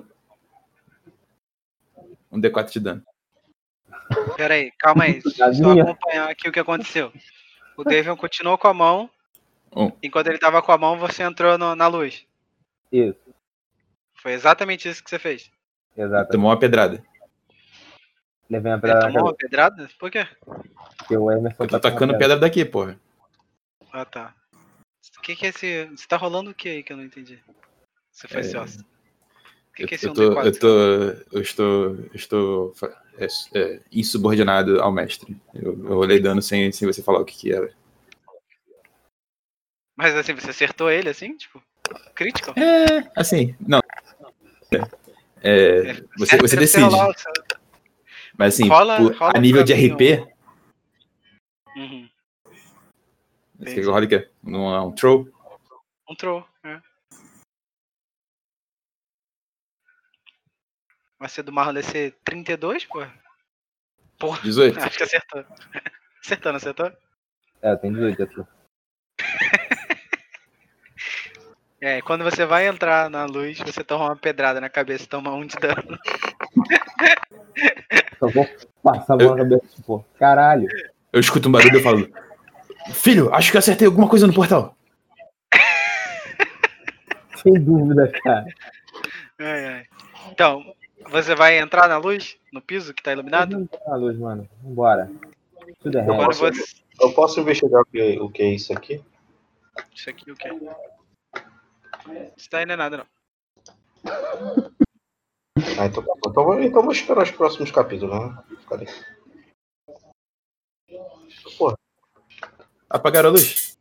Um D4 de dano. Pera aí, calma aí. Só minha? acompanhar aqui o que aconteceu. O David continuou com a mão. Um. Enquanto ele tava com a mão, você entrou na luz. Isso, Foi exatamente isso que você fez. exato. Tomou uma pedrada. Levei uma Ele pedra na tomou uma cabeça. pedrada? Por quê? Porque o Emerson Eu tô tá com tacando uma pedra daqui, porra. Ah, tá. O que é esse... Você tá rolando o que aí que eu não entendi? Você foi sócio. O que é esse Eu estou 1D4? insubordinado ao mestre. Eu rolei dano sem você falar o que era. Mas assim, você acertou ele assim? Tipo, crítico? Assim, não. Você Certo, decide. rolar o seu- Mas assim, Rola a nível de pra mim, RP, Uhum. você quer que eu role o quê? Um throw? Um troll, é. Vai ser do Marlon ser 32, pô? Porra, 18? acho que acertou. Acertou, não acertou? tem 18 aqui. É, quando você vai entrar na luz, você toma uma pedrada na cabeça e toma 1 de dano. Só vou passar a mão na cabeça, tipo, caralho. Eu escuto um barulho e eu falo: Filho, acho que eu acertei alguma coisa no portal. Sem dúvida, cara. Ai. Então, você vai entrar na luz? No piso que tá iluminado? Não tá na luz, mano. Vambora. Tudo é Quando reto. você... Eu posso investigar o que é isso aqui? Isso aqui o quê? Isso daí não é nada, não. Ah, então, então vou esperar os próximos capítulos, né? Cadê? Porra, Apagaram a luz.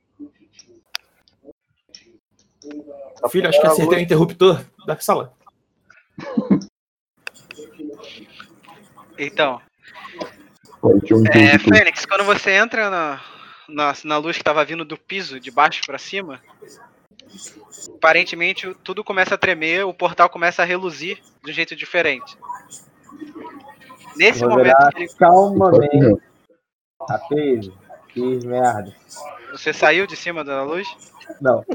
Filho, acho que acertei o interruptor da sala. Então, Aí tinha um interruptor. Fênix, quando você entra na luz que tava vindo do piso, de baixo pra cima, aparentemente tudo começa a tremer, o portal começa a reluzir de um jeito diferente. Nesse Vou momento virar que ele- calmamente. Rapaz, que merda. você saiu de cima da luz, Não.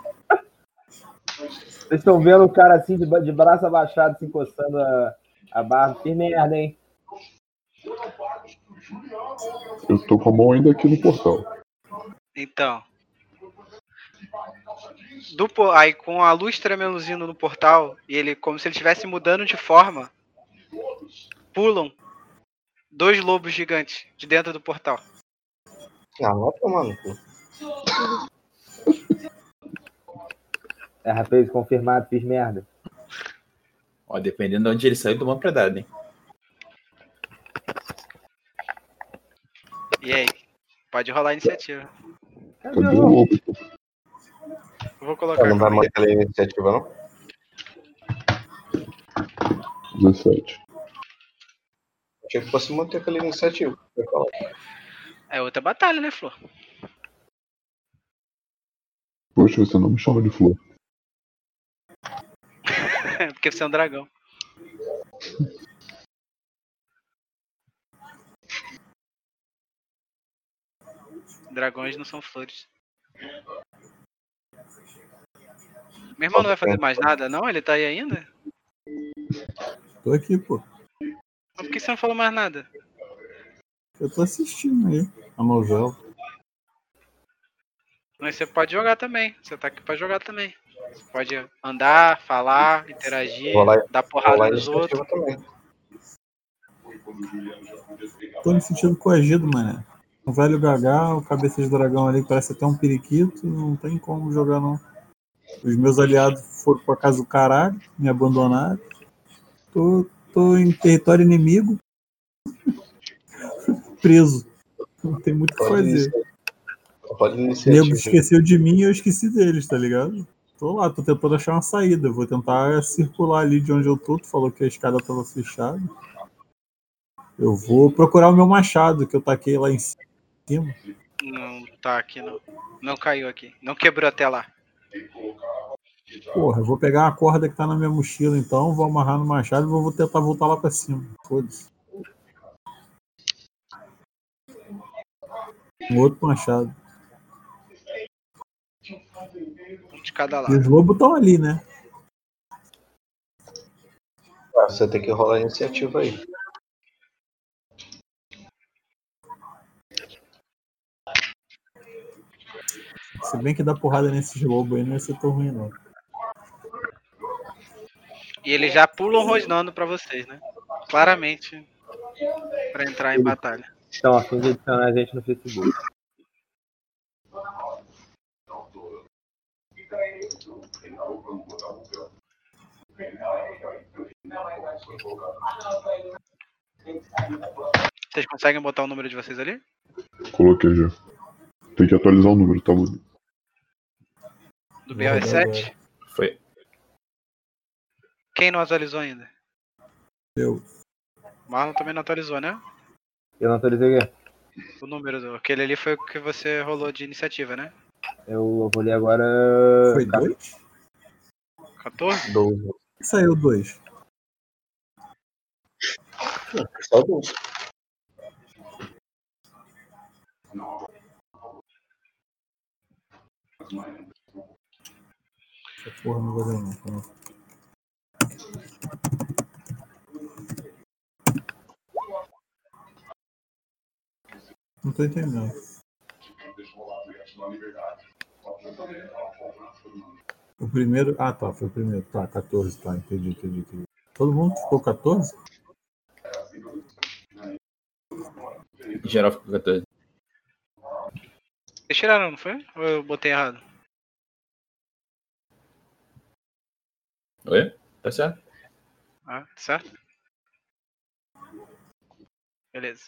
Vocês estão vendo o cara assim, de braço abaixado, se encostando a barra. Que merda, hein? Eu tô com a mão ainda aqui no portal. Então. Aí com a luz tremeluzindo no portal, e ele, como se ele estivesse mudando de forma, pulam 2 lobos gigantes de dentro do portal. Ah, vai tomar no cu. Rapaz, confirmado, fiz merda. Ó, dependendo de onde ele saiu, tomou predado, hein? E aí? Pode rolar a iniciativa. Cadê o lobo? Eu vou colocar. Não vai calma aí. manter aquela iniciativa, não? 17. Achei que fosse manter aquela iniciativa. Eu falo. É outra batalha, né, Flor? Poxa, você não me chama de flor. Porque você é um dragão. Dragões não são flores. Meu irmão não vai fazer mais nada, não? Ele tá aí ainda? Tô aqui, pô. Mas por que você não falou mais nada? Eu tô assistindo aí a novela. Mas você pode jogar também. Você tá aqui pra jogar também. Você pode andar, falar, interagir, dar porrada Rolar a nos outros. iniciativa também. Tô me sentindo coagido, mané. O velho Gagá, o cabeça de dragão ali, que parece até um periquito, não tem como jogar, não. Os meus aliados foram pra casa do caralho, me abandonaram. Tô em território inimigo, preso. Não tem muito o que fazer. Pode O nego iniciativa. esqueceu de mim e eu esqueci deles, tá ligado? Tô lá, tô tentando achar uma saída. Vou tentar circular ali de onde eu tô. Tu falou que a escada tava fechada. Eu vou procurar o meu machado que eu taquei lá em cima. Não tá aqui, não. Não caiu aqui. Não quebrou até lá. Porra, eu vou pegar a corda que tá na minha mochila então, vou amarrar no machado e vou tentar voltar lá pra cima. Foda-se. Um outro machado. Um de cada E lado. os lobos estão ali, né? Você tem que rolar a iniciativa aí. Se bem que dar porrada nesses lobos aí não ia ser tão ruim, não. E eles já pulam rosnando pra vocês, né? Claramente. Pra entrar em batalha. Então, a fim de adicionar a gente no Facebook. Vocês conseguem botar o número de vocês ali? Coloquei já. Tem que atualizar o número, tá, mano? Do Biel é 7? Foi. Quem não atualizou ainda? Eu. Marlon também não atualizou, né? Eu não atualizei o quê? O número. Aquele ali foi o que você rolou de iniciativa, né? Eu vou ler agora. Foi 2? 14? 12. Saiu 2. Só 12. Essa porra não vai dar não. Tá? Não tô entendendo. O primeiro. Ah, tá, foi o primeiro. Tá, 14, tá, entendi. Todo mundo ficou 14? Em geral ficou 14. Vocês tiraram, não foi? Ou eu botei errado? Oi? Tá certo? Ah, certo? Beleza.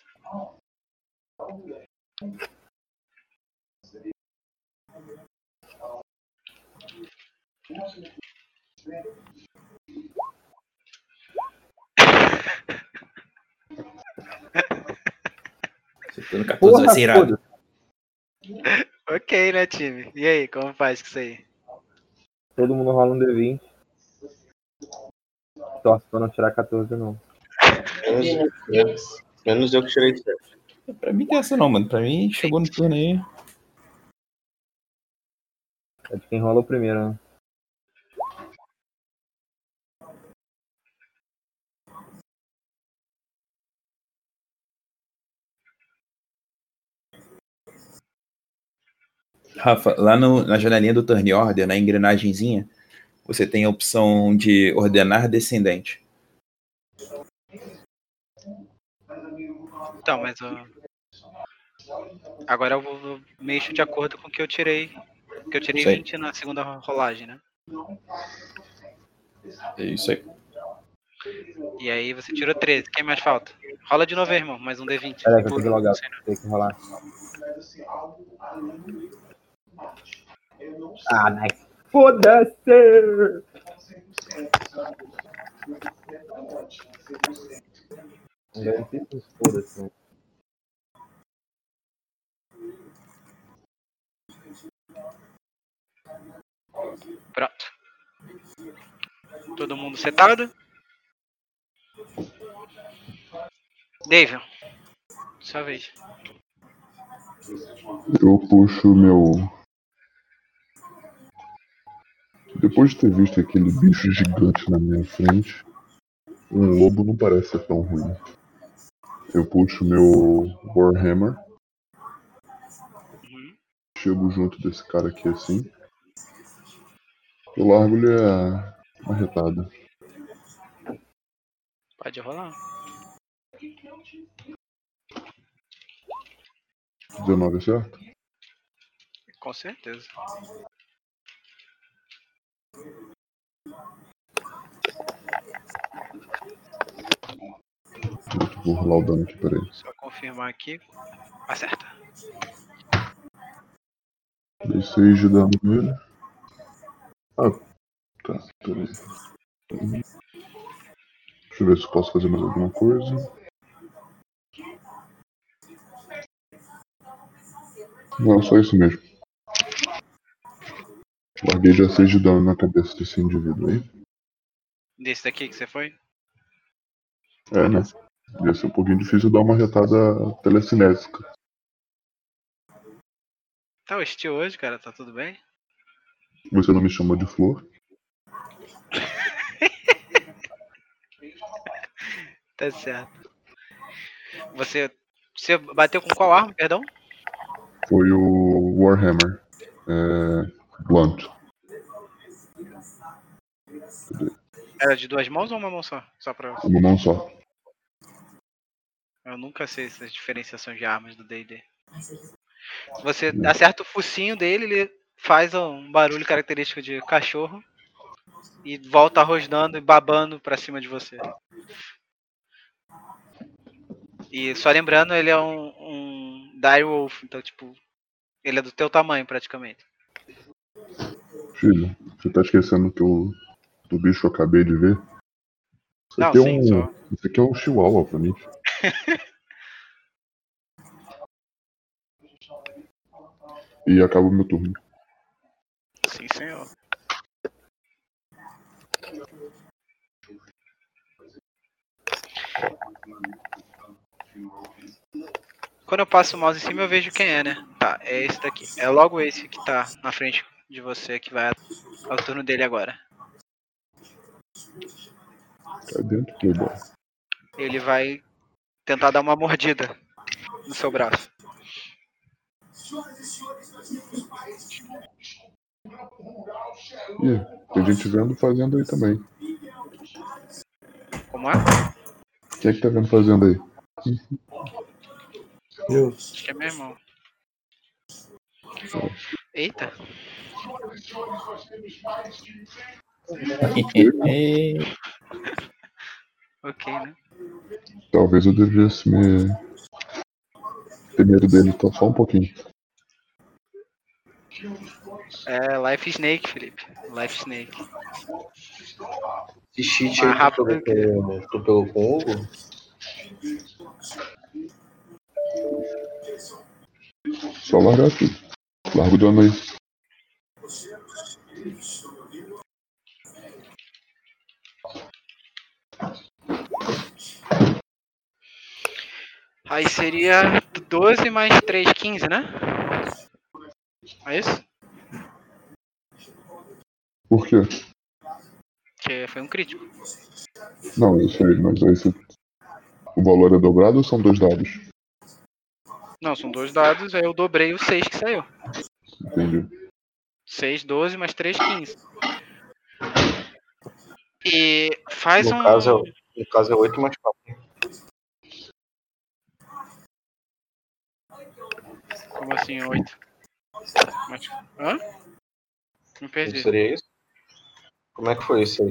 Você tá no 14, vai Porra, ser irado. foda-se. Ok, né, time? E aí, como faz com isso aí? Todo mundo rola um D20. Torce pra não tirar 14 não. Menos eu que tirei 7. Pra mim tem essa não, mano. Pra mim chegou no turno aí. É de quem rola o primeiro, né? Rafa, lá na janelinha do Turn Order, na engrenagenzinha, você tem a opção de ordenar descendente. Então, mas agora eu vou mexo de acordo com o que eu tirei. Porque eu tirei Isso aí. 20 na segunda rolagem, né? É isso aí. E aí você tirou 13. Quem mais falta? Rola de novo aí, irmão. Mais um D20. Peraí, que eu tenho que logar. Tem que rolar. Ah, nice. Foda-se! Foda-se. Pronto. Todo mundo setado? David, sua vez. Eu puxo meu. Depois de ter visto aquele bicho gigante na minha frente, um lobo não parece ser tão ruim. Eu puxo meu Warhammer, chego junto desse cara aqui assim, eu largo-lhe a marretada. Pode rolar. 19, certo? Com certeza. Vou rolar o dano aqui, peraí. Só confirmar aqui. Acerta. Dei 6 de dano nele. Ah, tá, peraí. Deixa eu ver se eu posso fazer mais alguma coisa. Não, só isso mesmo. Larguei já 6 de dano na cabeça desse indivíduo aí. Desse daqui que você foi? É, né? Ia ser um pouquinho difícil dar uma retada telecinésica. Tá hostil hoje, cara? Tá tudo bem? Você não me chamou de flor? Tá certo. Você bateu com qual arma, perdão? Foi o Warhammer. Blunt. Era de 2 mãos ou uma mão só? Só pra... Uma mão só. Eu nunca sei essas diferenciações de armas do D&D. Você acerta o focinho dele, ele faz um barulho característico de cachorro e volta rosnando e babando pra cima de você. E só lembrando, ele é um direwolf, então tipo, ele é do teu tamanho praticamente. Filho, você tá esquecendo do bicho que eu acabei de ver? Isso Não, aqui sim, só. Isso aqui é um chihuahua pra mim. E acaba o meu turno. Sim, senhor. Quando eu passo o mouse em cima eu vejo quem é, né? Tá, é esse daqui. É logo esse que tá na frente de você que vai ao turno dele agora. Tá dentro, playboy. Ele vai tentar dar uma mordida no seu braço. Ih, tem gente vendo fazendo aí também. Como é? Quem é que tá vendo fazendo aí? Eu. Acho que é meu irmão. Eita. Ok, né? Talvez eu devesse ter medo dele só um pouquinho. É Life Snake, Felipe. Life Snake. Esse cheat Mais aí rápido tu pegou com o Hugo? Só largar tudo. Larga o dano aí. Aí seria 12 mais 3, 15, né? É isso? Por quê? Que foi um crítico. Não, eu sei, mas aí o valor é dobrado ou são 2 dados? Não, são 2 dados, aí eu dobrei o 6 que saiu. Entendi. 6, 12, mais 3, 15. E faz No caso um. é 8 mais 4. Como assim, 8? Hã? Me perdi. Seria isso? Como é que foi isso aí?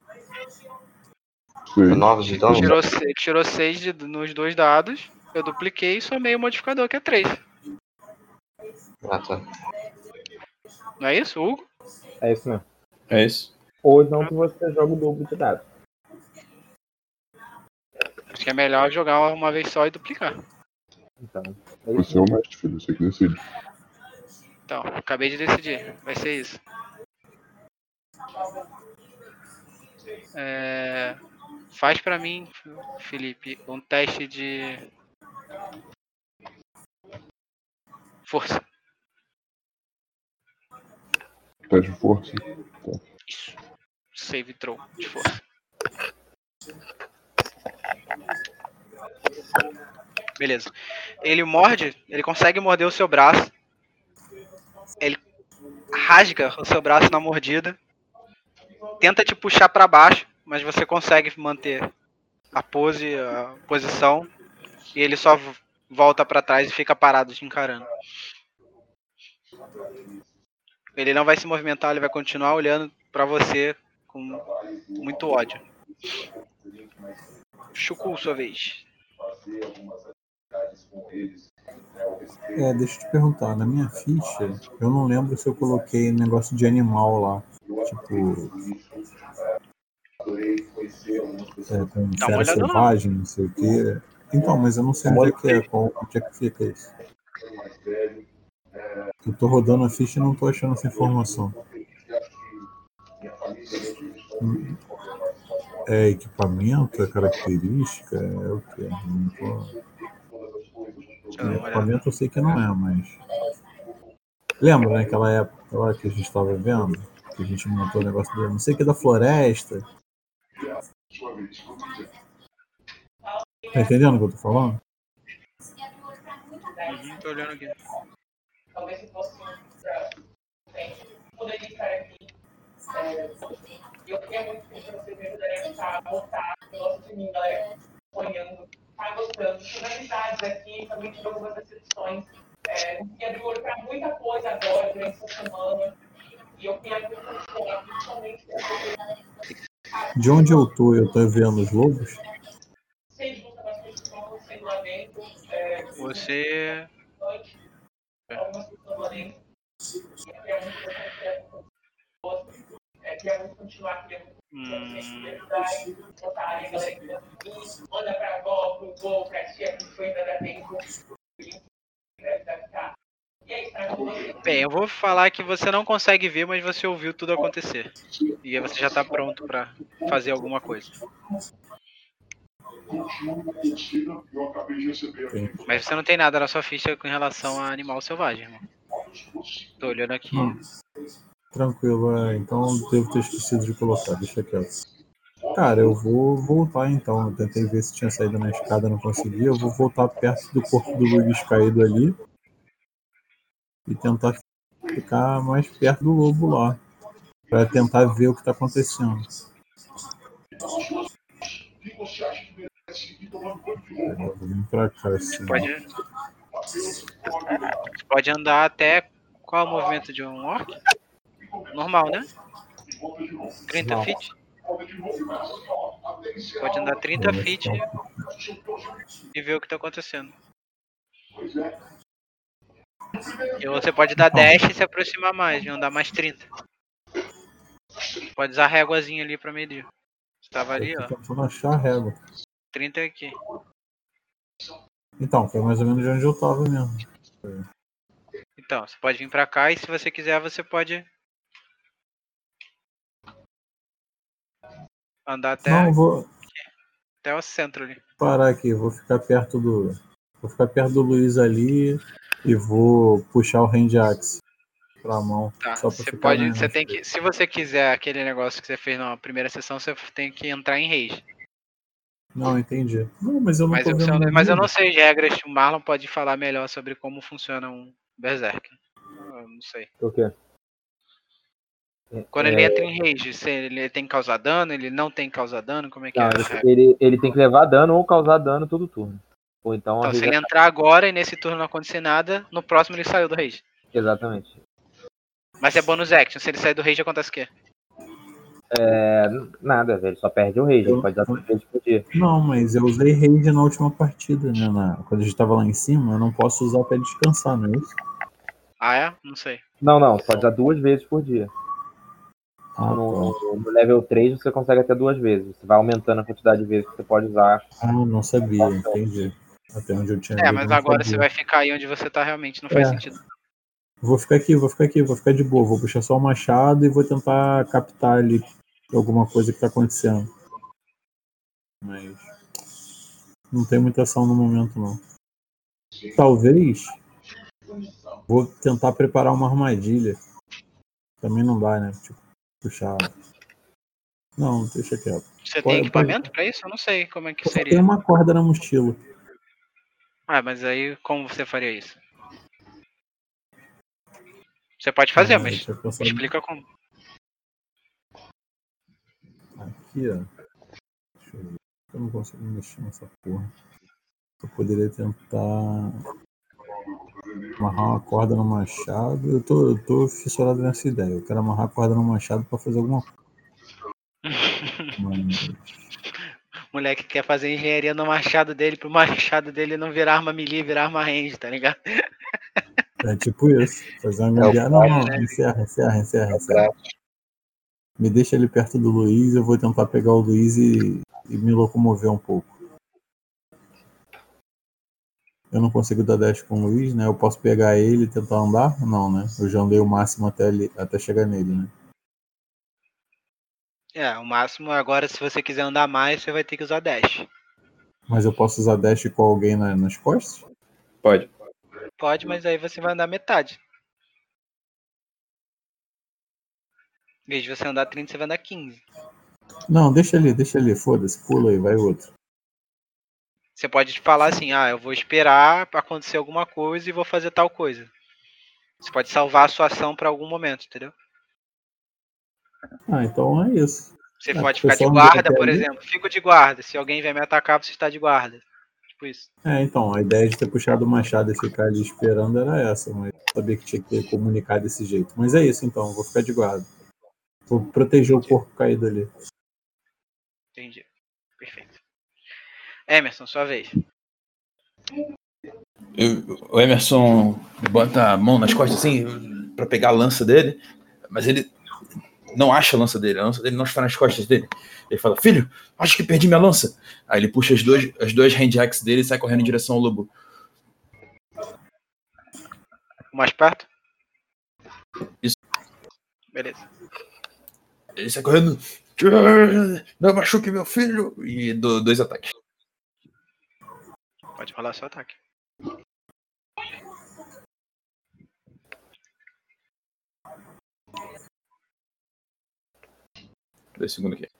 Sei. 9 de dano? Tirou 6 nos dois dados. Eu dupliquei e somei o modificador, que é 3. Ah, tá. Não é isso, Hugo? É isso mesmo. É isso. Ou não que você joga o dobro de dados. Acho que é melhor jogar uma vez só e duplicar. Então, é isso Você é o mesmo. mestre, filho. Você que decide. Então, acabei de decidir. Vai ser isso. Faz pra mim, Felipe, um teste de força. Tá de força. Isso. Save throw de força. Beleza. Ele morde, ele consegue morder o seu braço. Ele rasga o seu braço na mordida. Tenta te puxar pra baixo, mas você consegue manter a posição. E ele só volta pra trás e fica parado te encarando. Ele não vai se movimentar, ele vai continuar olhando pra você com muito ódio. Chuku, sua vez. Deixa eu te perguntar, na minha ficha, eu não lembro se eu coloquei negócio de animal lá. Tipo. Com Dá uma fera olhada lá. selvagem, não sei o quê. Então, mas eu não sei onde é que é, onde é que fica isso. Eu tô rodando a ficha e não tô achando essa informação. É equipamento, é característica, é o quê? Não tô... Equipamento eu sei que não é, mas... Lembra, né, aquela época lá que a gente tava vendo? Que a gente montou o negócio do não sei o que da floresta. Tá entendendo o que eu tô falando? Tô olhando aqui. Talvez se fosse poderia estar aqui. Eu queria muito que vocês me ajudarem a voltar. Gosto de mim, galera, sonhando. Tá gostando. Tive amizades aqui, também tive algumas decepções. Consegui abrir o olho para muita coisa agora, durante essa semana. E eu queria muito confiar, principalmente De onde eu tô vendo os lobos? vocês juntam as coisas que estão acontecendo lá dentro. Você. Algumas pessoas lá dentro. Queria muito queria muito continuar criando. Manda pra avó, pro vô, pra tia, pro ainda dá tempo. Bem, eu vou falar que você não consegue ver, mas você ouviu tudo acontecer. E aí você já tá pronto pra fazer alguma coisa. Mas você não tem nada na sua ficha com relação a animal selvagem, irmão. Tô olhando aqui. Tranquilo, então eu devo ter esquecido de colocar, deixa quieto. Cara, eu vou voltar então. Eu tentei ver se tinha saído na escada, não consegui. Eu vou voltar perto do corpo do Luiz caído ali e tentar ficar mais perto do lobo lá, para tentar ver o que tá acontecendo. Eu vou vir pra cá assim. Você pode andar até. Qual é o movimento de um orc? Normal, né? 30 feet. Pode andar 30 feet e ver o que tá acontecendo. E você pode dar dash e se aproximar mais, e andar mais 30. Pode usar a réguazinha ali pra medir. Estava ali, ó. Tô tentando achar a régua. 30 aqui. Então, foi mais ou menos de onde eu tava mesmo. Então, você pode vir pra cá e se você quiser, você pode andar até, Não, vou até o centro ali. parar aqui, vou ficar perto do Luiz ali e vou puxar o Hand Axe pra mão. Tá, Só pra você ficar pode, na você tem que, se você quiser aquele negócio que você fez na primeira sessão, você tem que entrar em rage. Não, entendi. Não, mas eu não tô vendo. Mas eu não sei as regras, o Marlon pode falar melhor sobre como funciona um Berserk. não sei. O quê? Quando ele entra em rage, se ele tem que causar dano, ele não tem que causar dano, como é que Não, é? ele tem que levar dano ou causar dano todo turno. Ou então a Então, se rage ele entrar agora e nesse turno não acontecer nada, no próximo ele saiu do rage. Exatamente. Mas é bonus action, se ele sair do rage acontece o quê? Nada, velho. Só perde o rage. Ele pode dar 2 vezes por dia. Não, mas eu usei rage na última partida, né? Quando a gente tava lá em cima, eu não posso usar até descansar, não é isso? Ah, é? Não sei. Não. Pode dar 2 vezes por dia. Ah, No level 3 você consegue até 2 vezes. Você vai aumentando a quantidade de vezes que você pode usar. não sabia, entendi. Até onde eu tinha É, lido, mas eu não agora sabia. você vai ficar aí onde você tá realmente, não faz sentido. Vou ficar aqui, vou ficar de boa. Vou puxar só o machado e vou tentar captar ali alguma coisa que tá acontecendo. Mas não tem muita ação no momento, não. Talvez vou tentar preparar uma armadilha. Também não dá, né? Tipo, puxar. Não, deixa quieto. Você tem equipamento pra isso? Eu não sei como é que Eu só tenho seria. uma corda na mochila. Ah, mas aí como você faria isso? Você pode fazer, mas Deixa eu me pensar explica como. aqui, ó. Deixa eu ver. Eu não consigo mexer nessa porra. Eu poderia tentar amarrar uma corda no machado. Eu tô fissurado nessa ideia. Eu quero amarrar a corda no machado pra fazer alguma coisa. Mas... Moleque quer fazer engenharia no machado dele pro machado dele não virar arma melee, virar arma range, tá ligado? É tipo isso. Fazer uma gambiarra. Não, encerra. Me deixa ali perto do Luiz, eu vou tentar pegar o Luiz e me locomover um pouco. Eu não consigo dar dash com o Luiz, né? Eu posso pegar ele e tentar andar? Não, né? Eu já andei o máximo até chegar nele, né? É, o máximo agora, se você quiser andar mais, você vai ter que usar dash. Mas eu posso usar dash com alguém nas costas? Pode. Pode, mas aí você vai andar metade. Em vez de você andar 30, você vai andar 15. Não, deixa ali, foda-se, pula aí, vai outro. Você pode falar assim, eu vou esperar pra acontecer alguma coisa e vou fazer tal coisa. Você pode salvar a sua ação pra algum momento, entendeu? Então é isso. Você pode eu ficar de só andei guarda, até por ali. exemplo. Fico de guarda. Se alguém vier me atacar, você está de guarda. Tipo isso. Então, a ideia de ter puxado o machado e ficar ali esperando era essa, mas eu sabia que tinha que comunicar desse jeito. Mas é isso então, vou ficar de guarda. Vou proteger o corpo caído ali. Entendi. Perfeito. Emerson, sua vez. O Emerson bota a mão nas costas assim pra pegar a lança dele, mas ele não acha a lança dele não está nas costas dele. Ele fala, filho, acho que perdi minha lança. Aí ele puxa as duas handjacks dele e sai correndo em direção ao lobo. Mais perto? Isso. Beleza. Ele sai correndo, não machuque meu filho, e dou 2 ataques. Pode rolar seu ataque. Dois segundos aqui.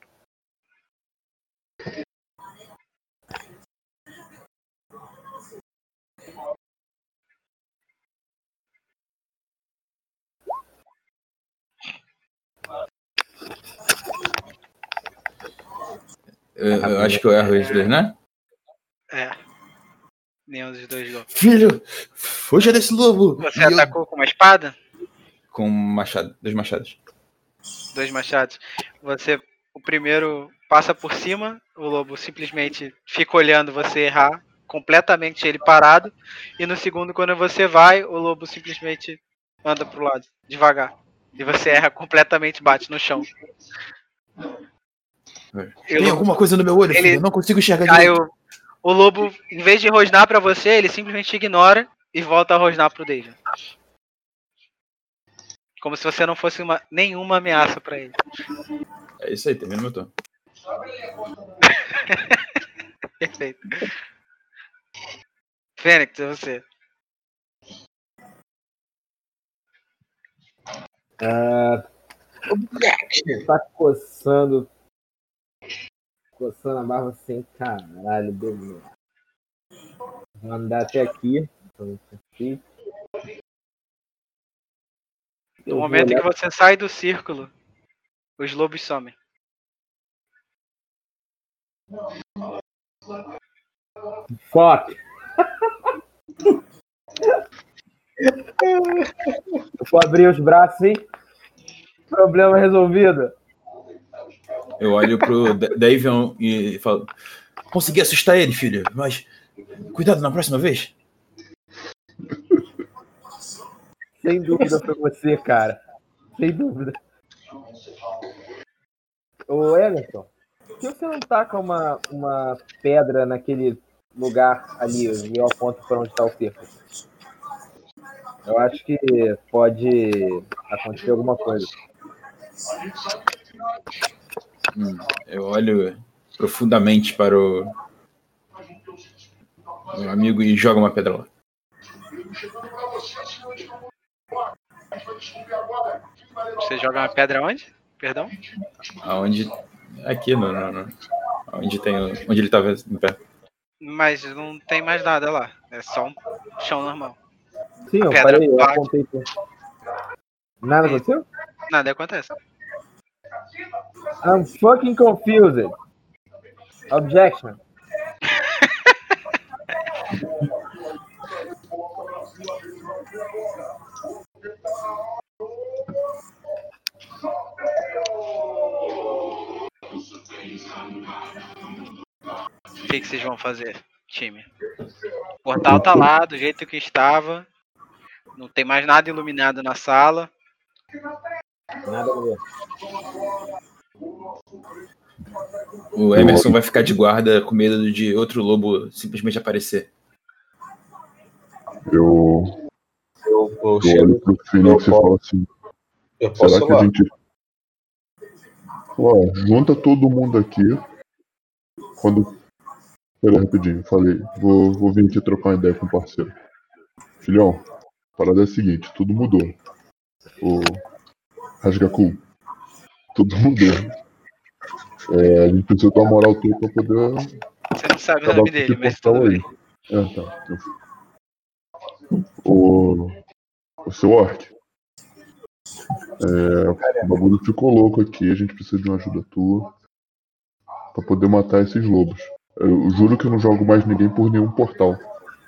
Eu acho que eu erro os dois, né? É. Nenhum dos dois gol. Filho, fuja desse lobo! Você atacou com uma espada? Com um machado, 2 machados. 2 machados. O primeiro passa por cima, o lobo simplesmente fica olhando você errar, completamente ele parado. E no segundo, quando você vai, o lobo simplesmente anda pro lado, devagar. E você erra completamente, bate no chão. Tem alguma coisa no meu olho, filho? Eu não consigo enxergar direito. O lobo, em vez de rosnar pra você, ele simplesmente ignora e volta a rosnar pro Deja. Como se você não fosse nenhuma ameaça pra ele. É isso aí, termina meu turno. Perfeito. Fênix, é você. Tá coçando a barba assim, caralho, beleza. Vou andar até aqui. No momento em que você sai do círculo, os lobos somem. Fuck! Eu vou abrir os braços, hein? Problema resolvido. Eu olho pro Davion e falo: consegui assustar ele, filho, mas cuidado na próxima vez. Sem dúvida foi você, cara. Sem dúvida. Ô, Emerson, por que você não taca uma pedra naquele lugar ali e eu aponto para onde está o círculo? Eu acho que pode acontecer alguma coisa. Eu olho profundamente para o meu amigo e jogo uma pedra lá. Você joga uma pedra onde? Perdão? Aonde? Aqui, onde ele estava em pé. Mas não tem mais nada lá. É só um chão normal. Sim, eu pedra parei, eu bate. apontei. Nada aconteceu? Nada acontece. I'm fucking confused. Objection. O que vocês vão fazer, time? O portal tá lá, do jeito que estava. Não tem mais nada iluminado na sala. Nada a ver. O Emerson vai ficar de guarda com medo de outro lobo simplesmente aparecer. Eu chego. olho pro Phoenix e falo assim: Eu posso será que lá. a gente. Ó, junta todo mundo aqui. Quando. Pera rapidinho, falei. Vou vir aqui trocar uma ideia com o parceiro. Filhão, a parada é a seguinte: tudo mudou. O Rasgaku, tudo mudou. A gente precisa dar uma moral toda pra poder. Você não sabe o acabar nome com dele, esse mas portal tudo aí. bem. Tá. O seu Orc. O bagulho ficou louco aqui, a gente precisa de uma ajuda tua pra poder matar esses lobos. Eu juro que eu não jogo mais ninguém por nenhum portal.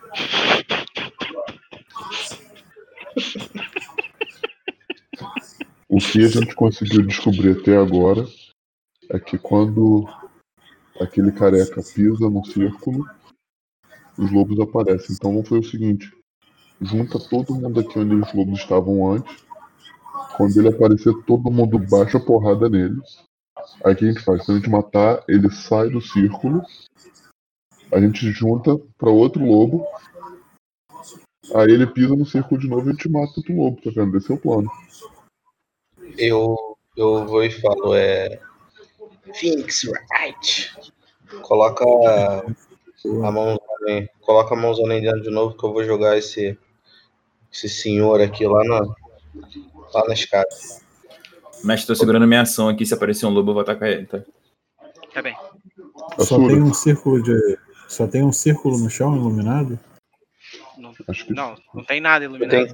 O que a gente conseguiu descobrir até agora é que quando aquele careca pisa no círculo, os lobos aparecem. Então vamos fazer o seguinte: junta todo mundo aqui onde os lobos estavam antes. Quando ele aparecer, todo mundo baixa a porrada nele. Aí o que a gente faz? Quando a gente matar, ele sai do círculo. A gente junta pra outro lobo. Aí ele pisa no círculo de novo e a gente mata outro lobo, tá vendo? Esse é o plano. Eu vou e falo, Phoenix Wright. Coloca a mãozona aí dentro de novo que eu vou jogar esse senhor aqui lá na escada. Mestre, tô segurando minha ação aqui. Se aparecer um lobo, eu vou atacar ele, tá? Tá bem. Só tem um círculo Só tem um círculo no chão iluminado? Não tem nada iluminado.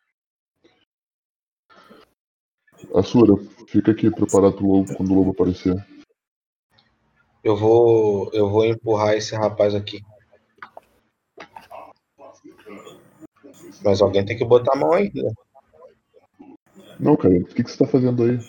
Asura, fica aqui preparado pro lobo quando o lobo aparecer. Eu vou empurrar esse rapaz aqui. Mas alguém tem que botar a mão aí, né? Não, cara, o que você tá fazendo aí?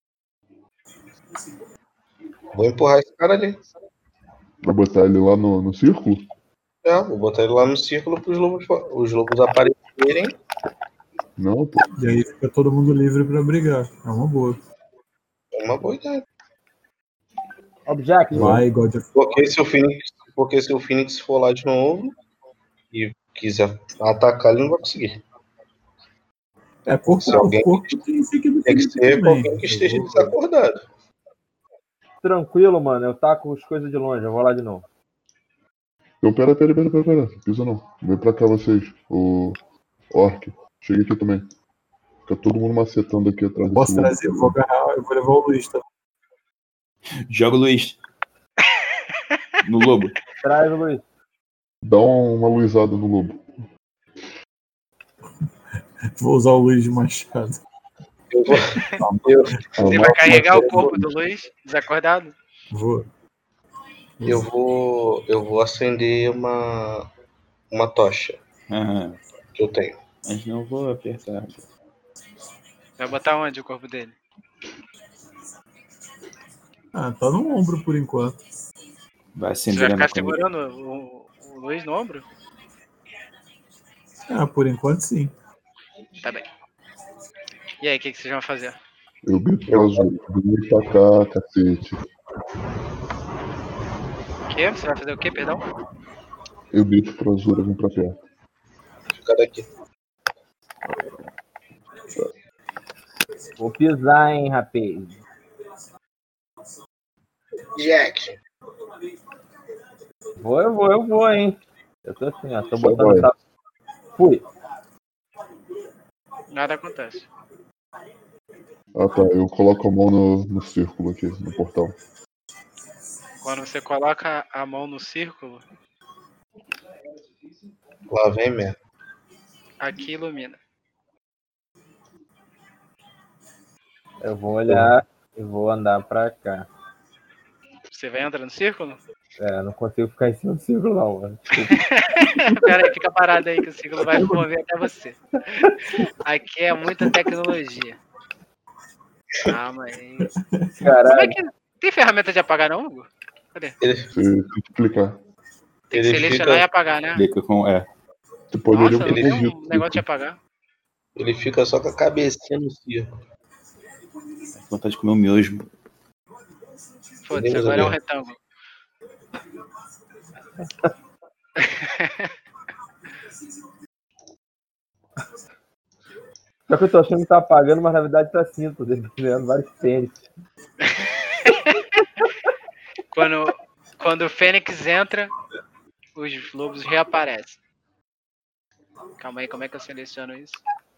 Vou empurrar esse cara ali. Vai botar ele lá no círculo? Vou botar ele lá no círculo para os lobos aparecerem. Não, pô. E aí fica todo mundo livre pra brigar. É uma boa. É uma boa ideia. Objection. Vai, God of Porque se o Phoenix for lá de novo e quiser atacar, ele não vai conseguir. Corpo Se alguém corpo tem que ser com alguém que esteja desacordado. Tranquilo, mano. Eu taco as coisas de longe. Eu vou lá de novo. Então, pera. Pisa não. Vem pra cá vocês. O Orc. Chega aqui também. Fica todo mundo macetando aqui atrás desse Posso lobo. trazer, eu vou agarrar, eu vou levar o Luiz, tá? Joga o Luiz. No lobo. Traz o Luiz. Dá uma luizada no lobo. Vou usar o Luiz de machado. Você vai carregar o corpo do Luiz desacordado? Vou. Eu vou acender uma tocha Aham. que eu tenho. Mas não vou apertar. Vai botar onde o corpo dele? Ah, tá no ombro por enquanto. Vai Você acender vai na ficar câmera. segurando o Luiz no ombro? Ah, por enquanto sim. Tá bem. E aí, o que vocês vão fazer? Eu grito pra Azul. Vem pra cá, cacete. O quê? Você vai fazer o quê, perdão? Eu grito pra Azul, vem pra perto. Fica daqui. Vou pisar, hein, rapaz. Jack. Eu vou, hein. Eu tô assim, ó. Tô Só botando vai. essa. Fui. Nada acontece. Ah tá, eu coloco a mão no círculo aqui, no portal. Quando você coloca a mão no círculo, Lá vem mesmo. aqui ilumina. Eu vou olhar e vou andar pra cá. Você vai entrar no círculo? É, não consigo ficar em cima do círculo, não, mano. Pera aí, fica parado aí que o círculo vai mover até você. Aqui é muita tecnologia. Calma aí. Como é Caralho. que... Tem ferramenta de apagar não, Hugo? Você tem que clicar. Tem que Ele selecionar fica- e apagar, né? Clica com. Você pode Nossa, olhar não pro tem ouvido. um negócio de apagar. Ele fica só com a cabecinha no círculo. Vontade de comer um miojo. Foda-se, Deus agora é um Deus. retângulo. Só que eu tô achando que tá apagando, mas na verdade tá assim, tô desenhando vários tênis. Quando o Fênix entra, os lobos reaparecem. Calma aí, como é que eu seleciono isso?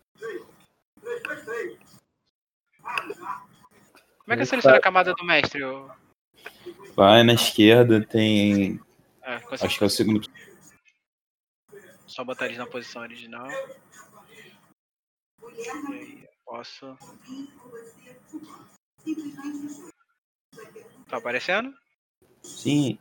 Como é que eu seleciono a camada do mestre? Vai na esquerda, tem. Consegui. Acho que é o segundo. Só botar eles na posição original. E aí, eu posso... Tá aparecendo? Sim.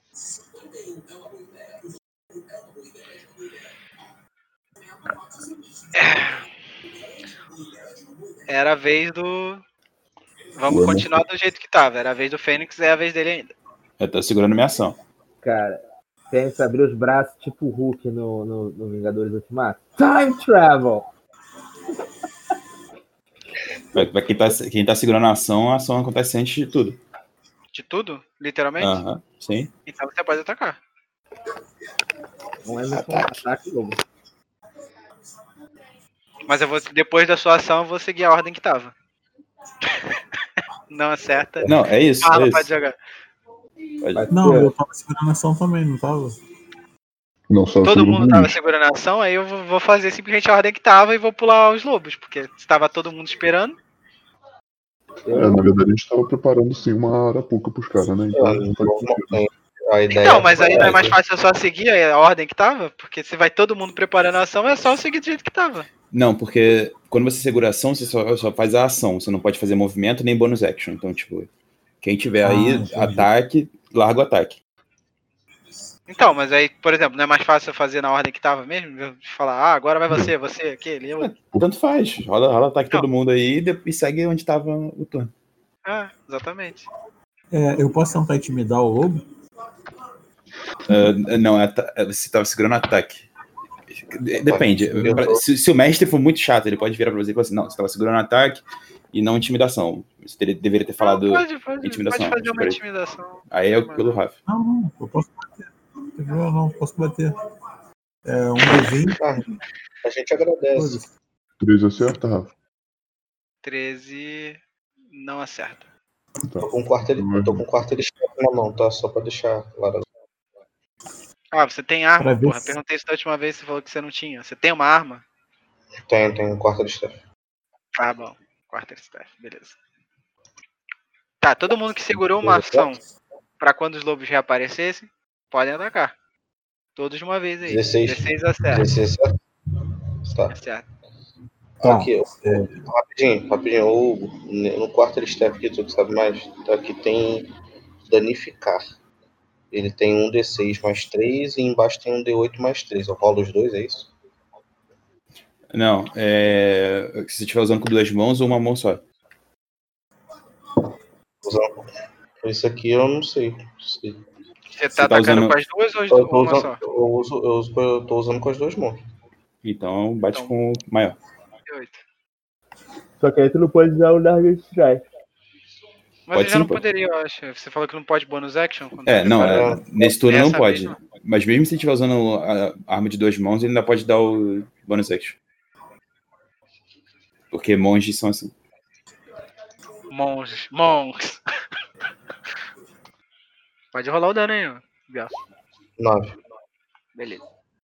Era a vez do... Vamos continuar do jeito que tava. Era a vez do Fênix, é a vez dele ainda. Eu tô segurando minha ação. Cara, Fênix abriu os braços tipo o Hulk no Vingadores Ultimato. Time Travel! Pra quem tá segurando a ação acontece antes de tudo. De tudo? Literalmente? Aham, sim. Então você pode atacar. Não é meu ataque, lobo. Mas eu vou, depois da sua ação, eu vou seguir a ordem que tava. Não acerta. Não, é isso. Fala, É pode isso. jogar. Vai Não, ser- eu tava segurando a ação também, não tava? Não, só Todo segura mundo o tava Luiz. segurando a ação, aí eu vou fazer simplesmente a ordem que tava e vou pular os lobos, porque estava todo mundo esperando. Na verdade a gente tava preparando sim uma arapuca pros caras, né? Então faz sentido. A ideia Então, mas aí não é foi mais essa. fácil eu só seguir a ordem que tava? Porque se vai todo mundo preparando a ação, é só eu seguir do jeito que tava. Não, porque quando você segura a ação, você só faz a ação. Você não pode fazer movimento nem bonus action. Então, tipo, quem tiver aí, entendi. ataque, larga o ataque. Então, mas aí, por exemplo, não é mais fácil eu fazer na ordem que tava mesmo? Eu falar, agora vai você, aquele, eu. Tanto faz. Rola ataque Não. todo mundo aí e segue onde tava o turno. Exatamente. Eu posso tentar intimidar o lobo? Não, você tava segurando ataque. Depende. Se o mestre for muito chato, ele pode virar pra você e falar assim: não, você tava segurando ataque e não intimidação. Você deveria ter falado. Pode intimidação, fazer uma peraí. intimidação. Aí é pelo Rafa. Não, eu posso bater. Não tem problema não, posso bater. Um D20. A gente agradece. Foda-se. 3 acerta, Rafa? 13 não acerta. Tá. Tô com um quarto-estrela na mão, tá? Só pra deixar claro. Você tem arma, Pra ver porra. se- Perguntei isso da última vez, você falou que você não tinha. Você tem uma arma? Tem um quarto-estrela. Tá bom. Quarterstaff, beleza. Tá, todo mundo que segurou uma ação pra quando os lobos reaparecessem, podem atacar. Todos de uma vez aí. 16. 16 acerta. 16 certo? Tá. Acerta. Tá. Aqui, Rapidinho, Hugo, no quarto step que tu sabe mais, aqui tem danificar. Ele tem um D6 mais 3 e embaixo tem um D8 mais 3. Eu rolo os dois, é isso? Não, se você estiver usando com 2 mãos ou uma mão só. Isso aqui eu não sei. Você Você tá tá atacando usando- com as duas ou uma só? Eu tô usando com as duas mãos. Então bate Então. com o maior. 8. Só que aí tu não pode usar o Dark Strike. Mas Pode eu já sim, não pode. poderia, eu acho. Você falou que não pode bonus action? Quando Não, prepara- nesse turno não Dessa pode. vez, não. Mas mesmo se estiver usando a arma de 2 mãos, ele ainda pode dar o bonus action. Porque monges são assim. Monks. Pode rolar o dano aí, ó. Biel. 9. Beleza.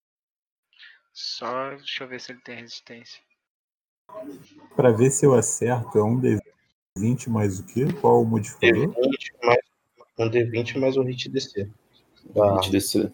Só deixa eu ver se ele tem resistência. Pra ver se eu acerto, é um D20 mais o quê? Qual o modificador? D20 mais um D20 mais um hit DC. O hit desse-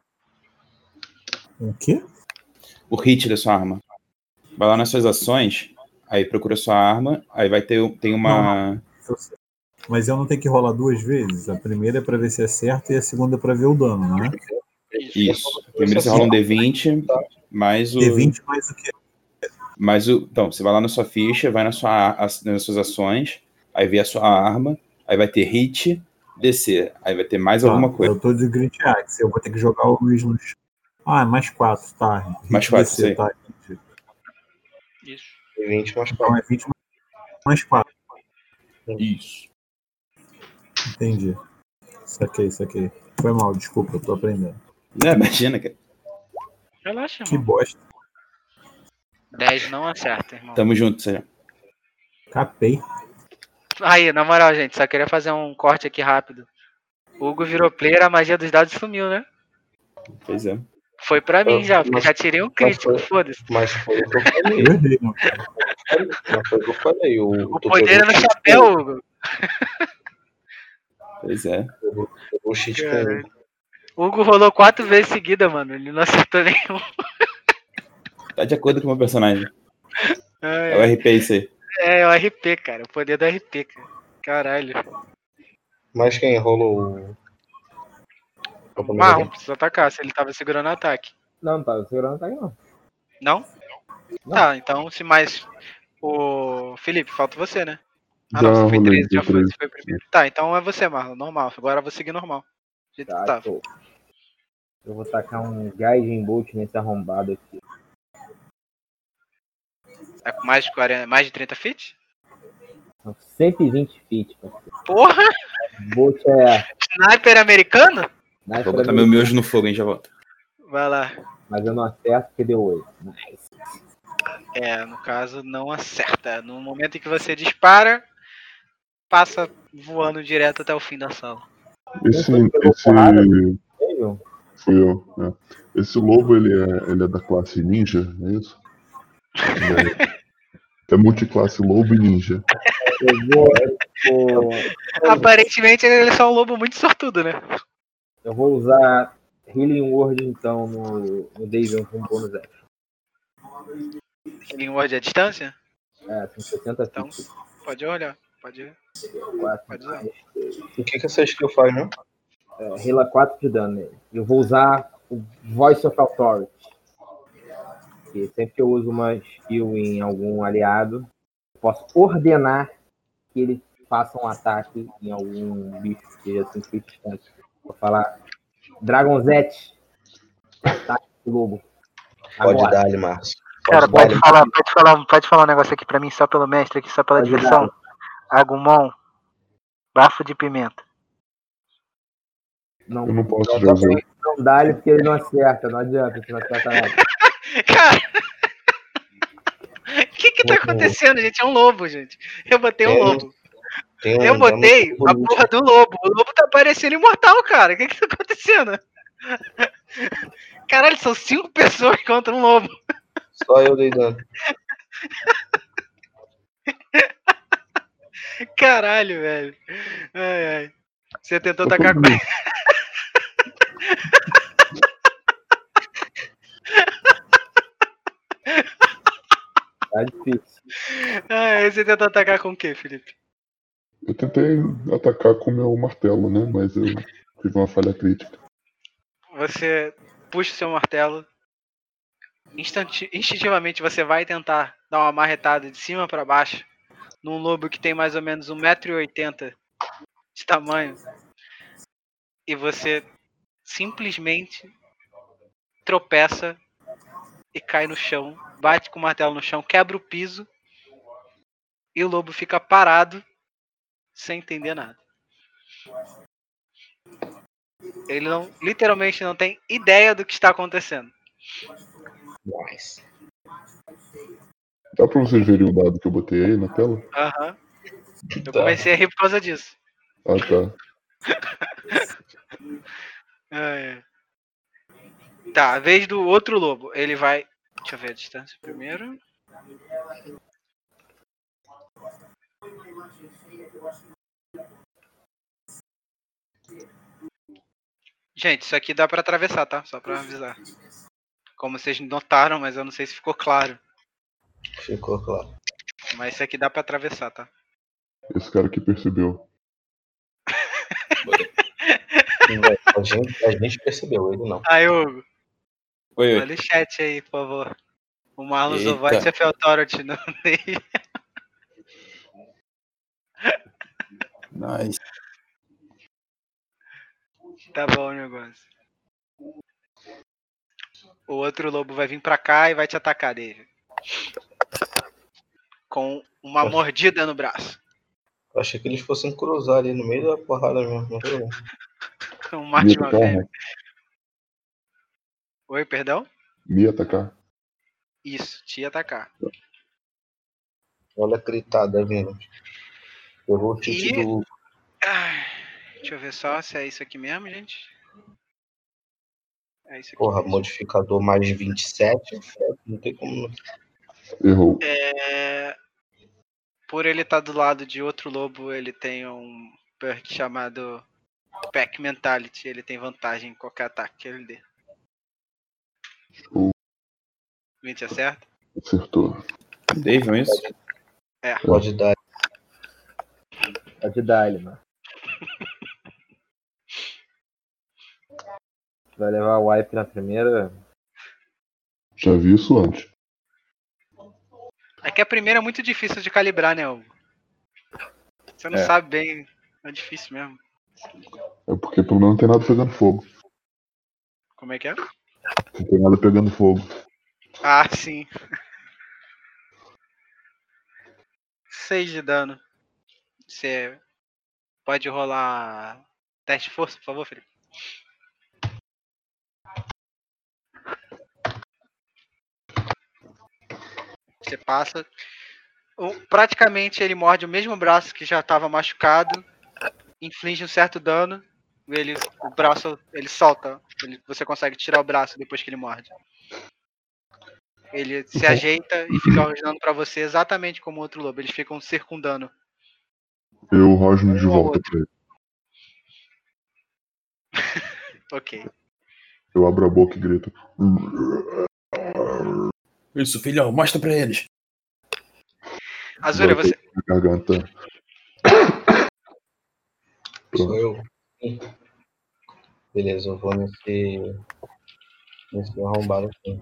Um quê? o hit da sua arma. Vai lá nas suas ações, aí procura sua arma, aí vai ter tem uma. Mas eu não tenho que rolar 2 vezes? A primeira é pra ver se acerta e a segunda é pra ver o dano, não é? Isso. Primeiro você rola um D20, mais o. D20 mais o quê? Então, você vai lá na sua ficha, vai nas suas ações, aí vê a sua arma, aí vai ter hit, DC, aí vai ter mais alguma coisa. Eu tô de Grit Axe, eu vou ter que jogar o Luiz no chão. É mais 4, tá. Mais 4, DC, sei. tá. Isso. D20 mais 4. Então é 20 mais 4. Isso. Entendi. Saquei. Foi mal, desculpa, eu tô aprendendo. Imagina, cara. Relaxa, Que irmão. bosta. 10 não acerta, irmão. Tamo junto, Sérgio. Capei. Aí, na moral, gente, só queria fazer um corte aqui rápido. O Hugo virou player, a magia dos dados sumiu, né? Pois é. Foi pra mim já, porque Mas- já tirei um crítico, mas foda-se. Mas foi o que eu falei. Eu errei, não. Mas foi o que eu falei. O poder é no chapéu, Hugo. Pois é. Pegou o cheat com Caralho. O Hugo rolou 4 vezes seguida, mano. Ele não acertou nenhum. Tá de acordo com o meu personagem. É o É, RP isso aí. é o RP, cara. O poder do RP, cara. Caralho. Mas quem rolou O Marlon precisa atacar, se ele tava segurando o ataque. Não tava segurando ataque, não. Não? Não. Tá, então se mais. O Felipe, falta você, né? Ah, Já não, você foi rolei, 13, já foi, 13. você foi o primeiro. Tá, então é você, Marlon, normal. Agora eu vou seguir normal. Do jeito que Tá, tava. show. Eu vou tacar um Guiding Bolt nesse arrombado aqui. É com mais de 40, mais de 30 feet? São 120 feet. Parceiro. Porra! Bolt é. Sniper americano? Nice Vou pra botar mim, meu miojo no fogo, hein? Já volto. Vai lá. mas eu não acerto porque deu 8. Nice. É, no caso, não acerta. No momento em que você dispara, passa voando direto até o fim da sala. Esse Veio? fui eu. Né? Esse lobo ele é da classe ninja, é isso? É multiclasse lobo e ninja. Aparentemente ele é só um lobo muito sortudo, né? Eu vou usar Healing Word então no Davion com bônus action. Healing Word à distância? É, tem 60 Então, feet. pode olhar. Pode usar. O que essa skill faz, né? Heala 4 de dano nele. Eu vou usar o Voice of Authority. Que sempre que eu uso uma skill em algum aliado, eu posso ordenar que ele faça um ataque em algum bicho que seja assim, distante. Vou falar Dragonzete, ataque do lobo. Pode Agora. dar-lhe, Márcio. Cara, Pode dar-lhe. pode falar um negócio aqui pra mim, só pelo mestre, aqui, só pela Pode diversão. dar. Agumon, bafo de pimenta. Não, Eu não posso já usar. não dá ele porque ele não acerta, não adianta, se não acerta nada. Cara, o que tá acontecendo, gente? É um lobo, gente. Eu botei um lobo. Eu botei a porra do lobo. O lobo tá parecendo imortal, cara. O que tá acontecendo? Caralho, são 5 pessoas contra um lobo. Só eu dei dano. Caralho, velho. Ai, ai. Você tentou atacar com. Tá difícil. Você tenta atacar com o quê, Felipe? Eu tentei atacar com o meu martelo, né? Mas eu tive uma falha crítica. Você puxa o seu martelo. Instintivamente você vai tentar dar uma marretada de cima para baixo num lobo que tem mais ou menos 1,80 m de tamanho. E você simplesmente tropeça e cai no chão, bate com o martelo no chão, quebra o piso e o lobo fica parado sem entender nada. Ele literalmente não tem ideia do que está acontecendo. Nice. Dá pra vocês verem o dado que eu botei aí na tela? Aham. Eu Tá. comecei a rir por causa disso. Ah, tá. Tá, a vez do outro lobo. Ele vai. Deixa eu ver a distância primeiro. Gente, isso aqui dá pra atravessar, tá? Só pra avisar. Como vocês notaram, mas eu não sei se ficou claro. Ficou claro. Mas isso aqui dá pra atravessar, tá? Esse cara aqui percebeu. A gente percebeu, ele não. Aí, Hugo, Oi, oi. olha o chat aí, por favor. O Marlon Eita. Zovice e Authority no meio. Nice. Tá bom o negócio. O outro lobo vai vir pra cá e vai te atacar, Dave. Com uma mordida no braço. Eu achei que eles fossem cruzar ali no meio da porrada mesmo. Mas tudo bem. Um mate uma atacar, fêmea. né? Oi, perdão? Me atacar. Isso, te atacar. Olha a gritada vindo. Pegou o tite E- do. Ai, deixa eu ver só se é isso aqui mesmo, gente. É isso aqui. Porra, mesmo. modificador mais 27. Não tem como. Errou. Por ele estar do lado de outro lobo, ele tem um perk chamado Pack Mentality. Ele tem vantagem em qualquer ataque que ele dê. Show. 20 acerta? Acertou. Dave, não é isso? Pode dar. Pode dar ele, mano. Vai levar o wipe na primeira. Já vi isso antes. É que a primeira é muito difícil de calibrar, né, Hugo? Você não sabe bem. É difícil mesmo. É porque pelo menos não tem nada pegando fogo. Como é que é? Não tem nada pegando fogo. Ah, sim. 6 de dano. Você pode rolar teste de força, por favor, Felipe? Você passa. Praticamente ele morde o mesmo braço que já estava machucado, inflige um certo dano, o braço ele solta, você consegue tirar o braço depois que ele morde. Ele se ajeita e fica rosnando pra você exatamente como o outro lobo, eles ficam circundando. Eu rosno de Um ao volta outro. pra ele. Ok. Eu abro a boca e grito. Isso, filhão, mostra pra eles. Azura, você. Na garganta. Sou eu. Beleza, eu vou nesse arrombado aqui.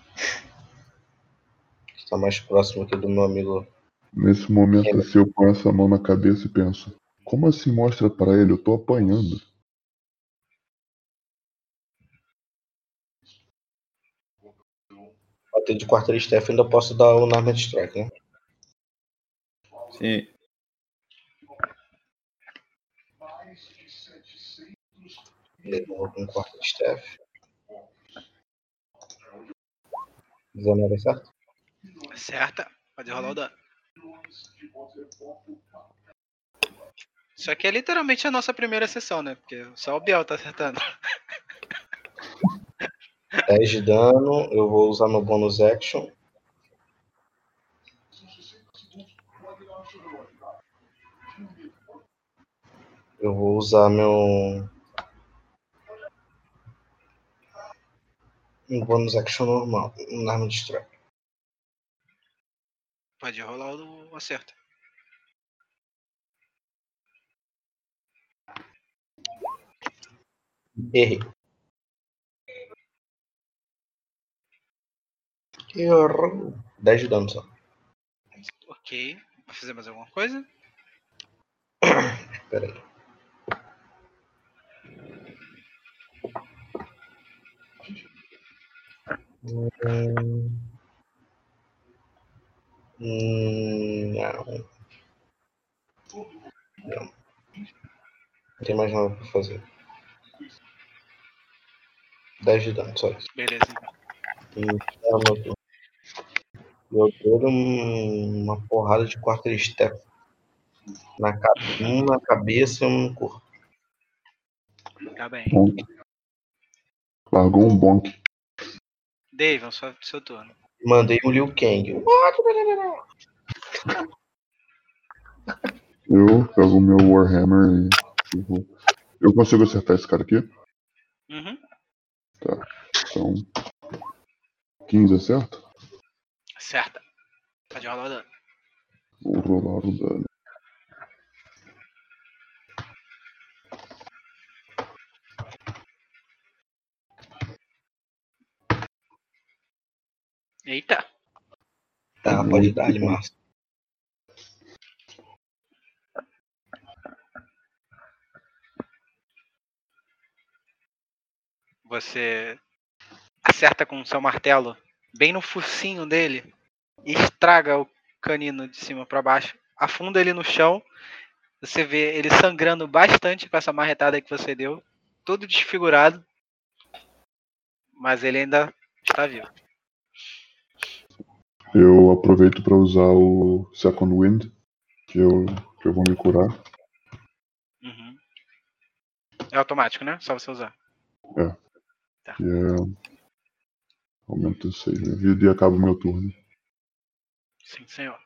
Está mais próximo aqui do meu amigo. Nesse momento assim eu ponho essa mão na cabeça e penso. Como assim mostra pra ele? Eu tô apanhando. Bater de quarterstaff ainda posso dar o Unarmed Strike, né? Sim. Beleza, eu vou com quarterstaff. 19, certo? Acerta. Pode rolar o dano. Isso aqui é literalmente a nossa primeira sessão, né? Porque só o Biel tá acertando. 10 de dano, eu vou usar meu bonus action. Eu vou usar meu bonus action normal, um arma de strike. Pode rolar o acerto. Errei. Errou. 10 de dano só. Ok. Vai fazer mais alguma coisa? Pera aí. Não. Não tem mais nada pra fazer. 10 de dano, só isso. Beleza, então. Eu dou uma porrada de quarter-step. Um na cabeça e um no corpo. Tá bem. Bonk. Largou um bonk. Dave, seu turno. Mandei um Liu Kang. Eu pego o meu Warhammer e vou. Eu consigo acertar esse cara aqui? Uhum. Tá. São 15, acerta? Acerta. Pode rolar o dano. Vou rolar o dano. Eita. Tá, pode dar ali, Márcio. Você acerta com o seu martelo bem no focinho dele e estraga o canino de cima pra baixo. Afunda ele no chão. Você vê ele sangrando bastante com essa marretada que você deu. Todo desfigurado. Mas ele ainda está vivo. Eu aproveito pra usar o Second Wind, que eu vou me curar. Uhum. É automático, né? Só você usar. É. Tá. E aumenta 6 minha vida e acaba o meu turno. Sim, senhor.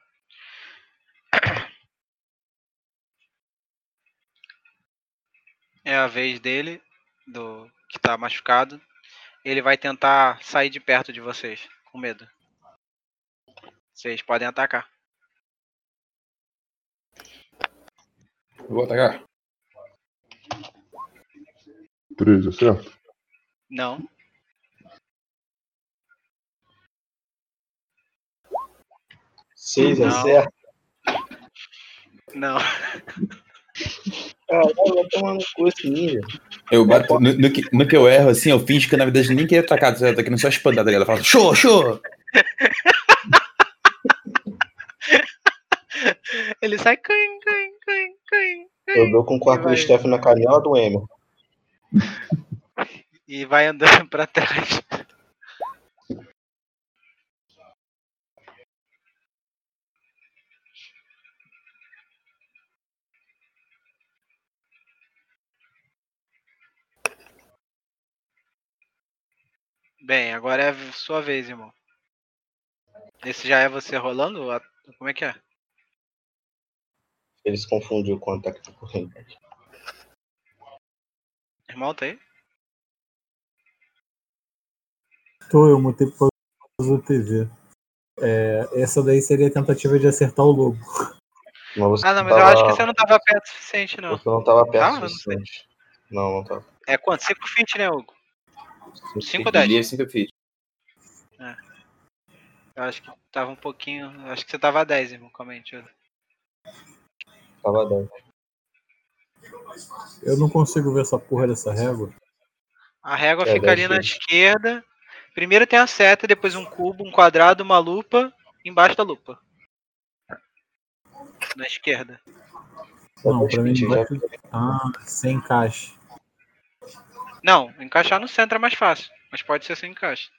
É a vez dele, do que tá machucado. Ele vai tentar sair de perto de vocês, com medo. Vocês podem atacar. Eu vou atacar. 13, acerta? Não. Seis Não. acerta. Não. Caralho, vai tomar no cu esse ninja. Eu bato. No que eu erro, assim, eu finjo que na verdade nem queria atacar, eu tô querendo só espantar, tá ligado? Ela fala, show, show! Ele sai cãe. Eu dou com o quarter-step na canela do Emer. E vai andando pra trás. Bem, agora é a sua vez, irmão. Esse já é você rolando? Como é que é? Ele se confundiu com o ataque de oportunidade. Irmão, tá aí? Eu mutei por causa da TV. Essa daí seria a tentativa de acertar o lobo. Mas Não, mas eu acho que você não tava perto o suficiente, não. Você não tava perto Tá? o suficiente. Não tava. É quanto? 5 feet, né, Hugo? 5 ou Ele 10? é assim que eu fiz. Eu acho que tava um pouquinho. Acho que você tava a 10, irmão. Comente. Tava 10. Eu não consigo ver essa porra dessa régua. A régua É, fica ali 10 na feet. esquerda. Primeiro tem a seta, depois um cubo, um quadrado, uma lupa. Embaixo da lupa. Na esquerda. Não, pra mim Já- embaixo... sem encaixe. Não, encaixar no centro é mais fácil. Mas pode ser sem encaixe.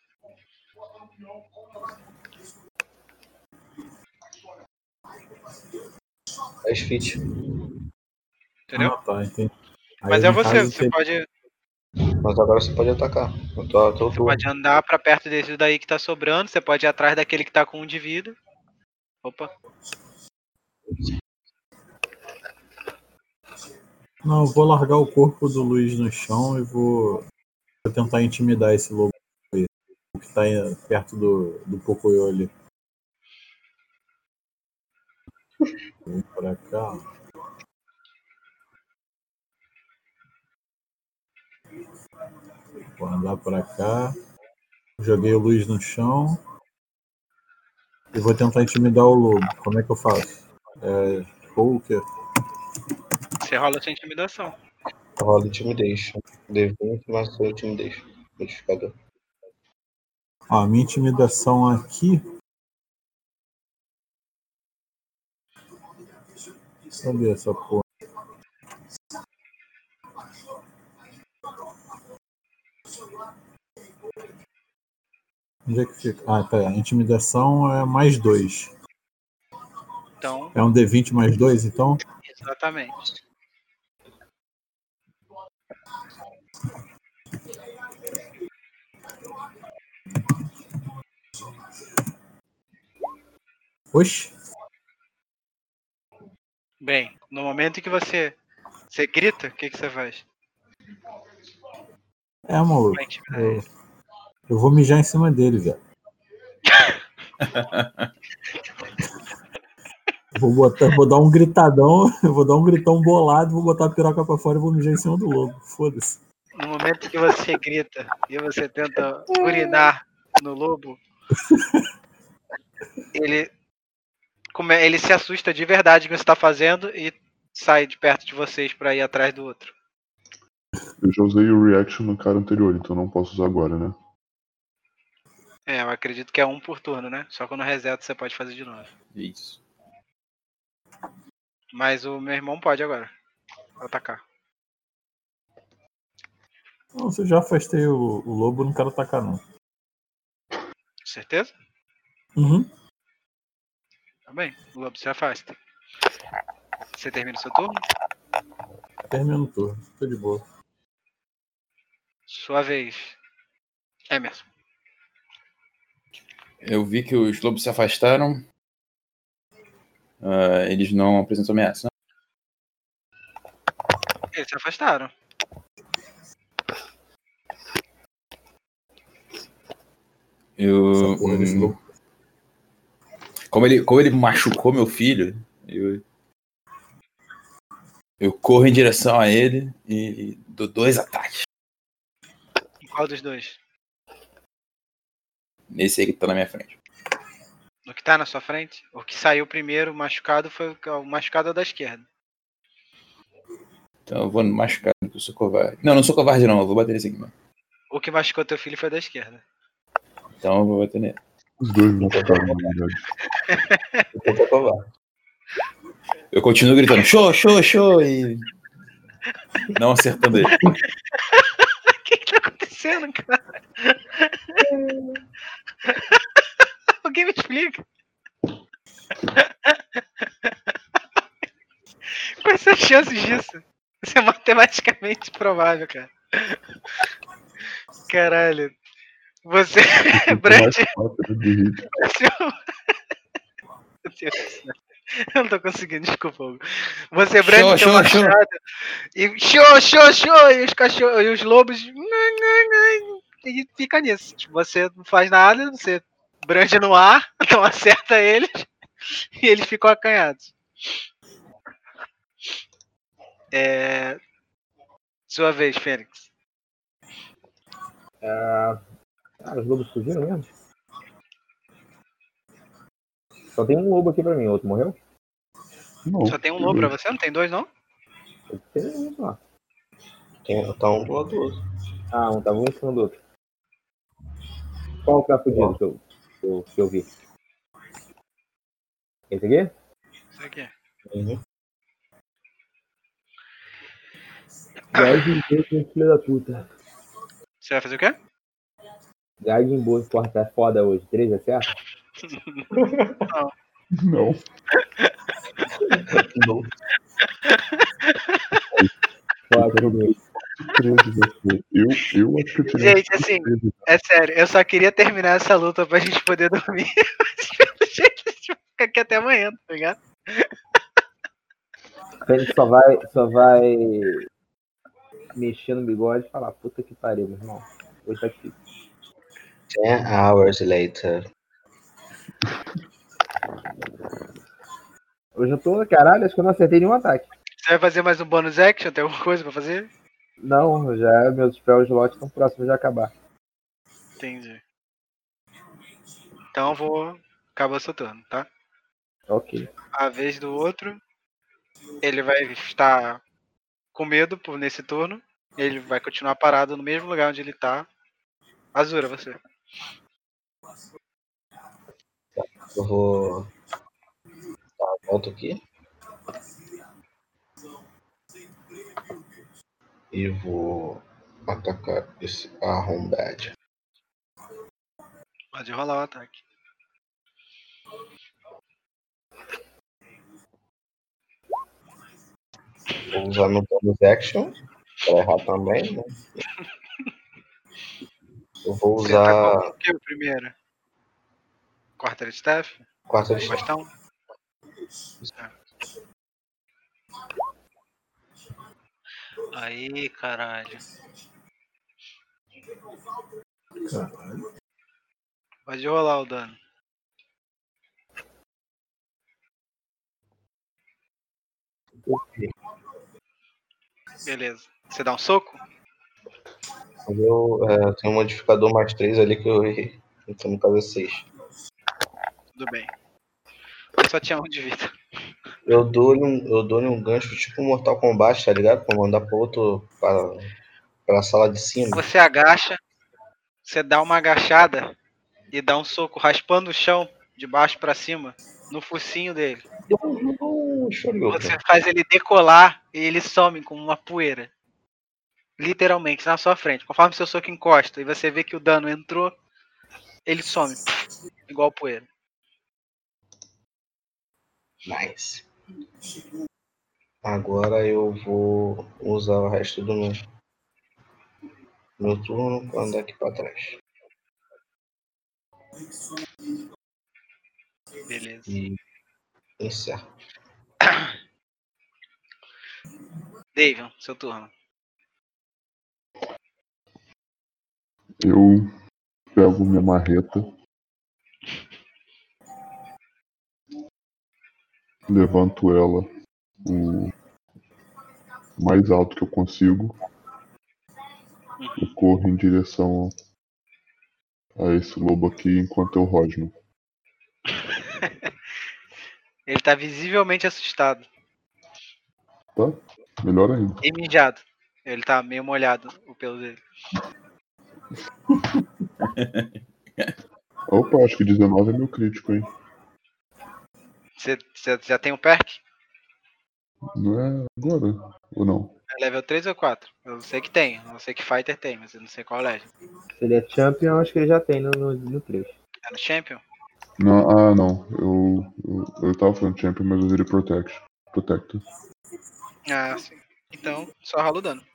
Dez feet. Entendeu? Tá, entendi. Mas Aí, é no você. caso, Você pode. Mas agora você pode atacar. Eu tô Você pode andar pra perto desse daí que tá sobrando. Você pode ir atrás daquele que tá com um de vida. Opa. Não, eu vou largar o corpo do Luiz no chão e vou tentar intimidar esse lobo aí, que tá aí perto do Pocoyo ali. Vem pra cá. Vou andar pra cá. Joguei o Luiz no chão. E vou tentar intimidar o lobo. Como é que eu faço? Poker. Você rola sua intimidação. Rola Intimidation. D20 mais seu Intimidation. Modificador. Ó, a minha intimidação aqui. Cadê essa porra? Onde é que fica? Ah, tá. A intimidação é mais 2. Então, É um D20 mais 2, então? exatamente. Oxi. Bem, no momento em que você grita, o que você faz? Maluco. Pra intimidar ele. Eu vou mijar em cima dele, velho. Vou dar um gritadão, eu vou dar um gritão bolado, vou botar a piroca pra fora e vou mijar em cima do lobo. Foda-se. No momento que você grita e você tenta urinar no lobo, ele se assusta de verdade com o que você tá fazendo e sai de perto de vocês pra ir atrás do outro. Eu já usei o reaction no cara anterior, então não posso usar agora, né? Eu acredito que é um por turno, né? Só quando reseta você pode fazer de novo. Isso. Mas o meu irmão pode agora atacar. Não, se eu já afastei o lobo, não quero atacar, não. Certeza? Uhum. Tá bem, o lobo se afasta. Você termina o seu turno? Termino o turno, tô de boa. Sua vez. Emerson. Eu vi que os lobos se afastaram. Eles não apresentam ameaça, né? Eles se afastaram. Essa porra desse lobo. Como ele machucou meu filho, eu corro em direção a ele e dou 2 ataques. Em qual dos dois? Nesse aí que tá na minha frente. No que tá na sua frente? O que saiu primeiro machucado foi o machucado da esquerda. Então eu vou no machucado, porque eu sou covarde. Não sou covarde não, eu vou bater nesse aqui, mano. O que machucou teu filho foi da esquerda. Então eu vou bater nele. Os dois vão ficar na verdade. Tenta covar. Eu continuo gritando, show, e não acertando ele. O que tá acontecendo, cara? Alguém me explica? Quais são as chances disso? Isso é matematicamente provável, cara. Caralho. Você, Brand. Meu Deus do céu. Eu não tô conseguindo, desculpa, Hugo. Você, Brand, tem um machado. E show! E os cachorros, e os lobos. E fica nisso. Você não faz nada, você brande no ar, não acerta eles. E eles ficam acanhados. Sua vez, Fênix. Os lobos fugiram mesmo? Só tem um lobo aqui pra mim, o outro morreu? Não. Só tem um lobo pra você? Não tem dois, não? Tem um lá. Tá um do lado do outro. Um tava um em cima do outro. Qual que tá fugido que eu vi? Esse aqui? Isso aqui. Uhum. Guide em filho da puta. Você vai fazer o quê? Guide em boa, porra, tá foda hoje. 3 é certo? Não. Não. Eu acho que eu tirei. Gente, assim, é sério, eu só queria terminar essa luta pra gente poder dormir. Mas pelo jeito a gente vai ficar aqui até amanhã, tá ligado? A gente só vai mexer no bigode e falar, puta que pariu, meu irmão. Hoje tá difícil. 10 hours later. Eu já tô, caralho, acho que eu não acertei nenhum ataque. Você vai fazer mais um bonus action? Tem alguma coisa pra fazer? Não, já meus spell slots estão próximos de acabar. Entendi. Então eu vou... Acabou seu turno, tá? Ok. A vez do outro, ele vai estar com medo por nesse turno. Ele vai continuar parado no mesmo lugar onde ele tá. Azura, você. Eu vou. Tá, volto aqui. E vou atacar esse arrombado. Pode rolar o ataque. Vou usar meu bonus action. Pra errar também, né? Eu vou Você atacou usar. com o que o primeiro? Quarterstaff? Quarta de Bastão? Aí, caralho. Caralho. Pode rolar o dano. Beleza. Você dá um soco? Eu tenho um modificador mais 3 ali que eu errei. Então no caso é 6. Tudo bem. Eu só tinha um de vida. Eu dou-lhe um gancho tipo Mortal Kombat, tá ligado? Pra mandar pro outro. Pra sala de cima. Você agacha, você dá uma agachada e dá um soco raspando o chão de baixo pra cima no focinho dele. Você faz ele decolar e ele some como uma poeira. Literalmente, na sua frente. Conforme seu soco encosta e você vê que o dano entrou, ele some. Igual poeira. Nice. Agora eu vou usar o resto do meu turno pra andar aqui pra trás. Beleza. E encerro. Davion, seu turno. Eu pego minha marreta, levanto ela o mais alto que eu consigo e corro em direção a esse lobo aqui enquanto eu rosno. Ele tá visivelmente assustado. Tá? Melhor ainda. E mijado. Ele tá meio molhado, o pelo dele. Opa, acho que 19 é meu crítico, hein? Você já tem um perk? Não é agora, ou não? É level 3 ou 4? Eu sei que tem. Eu sei que Fighter tem, mas eu não sei qual legend. Se ele é champion, acho que ele já tem no 3. É no Champion? Não, não. Eu tava falando Champion, mas eu virei Protector. Ah, sim. Então, só rola o dano.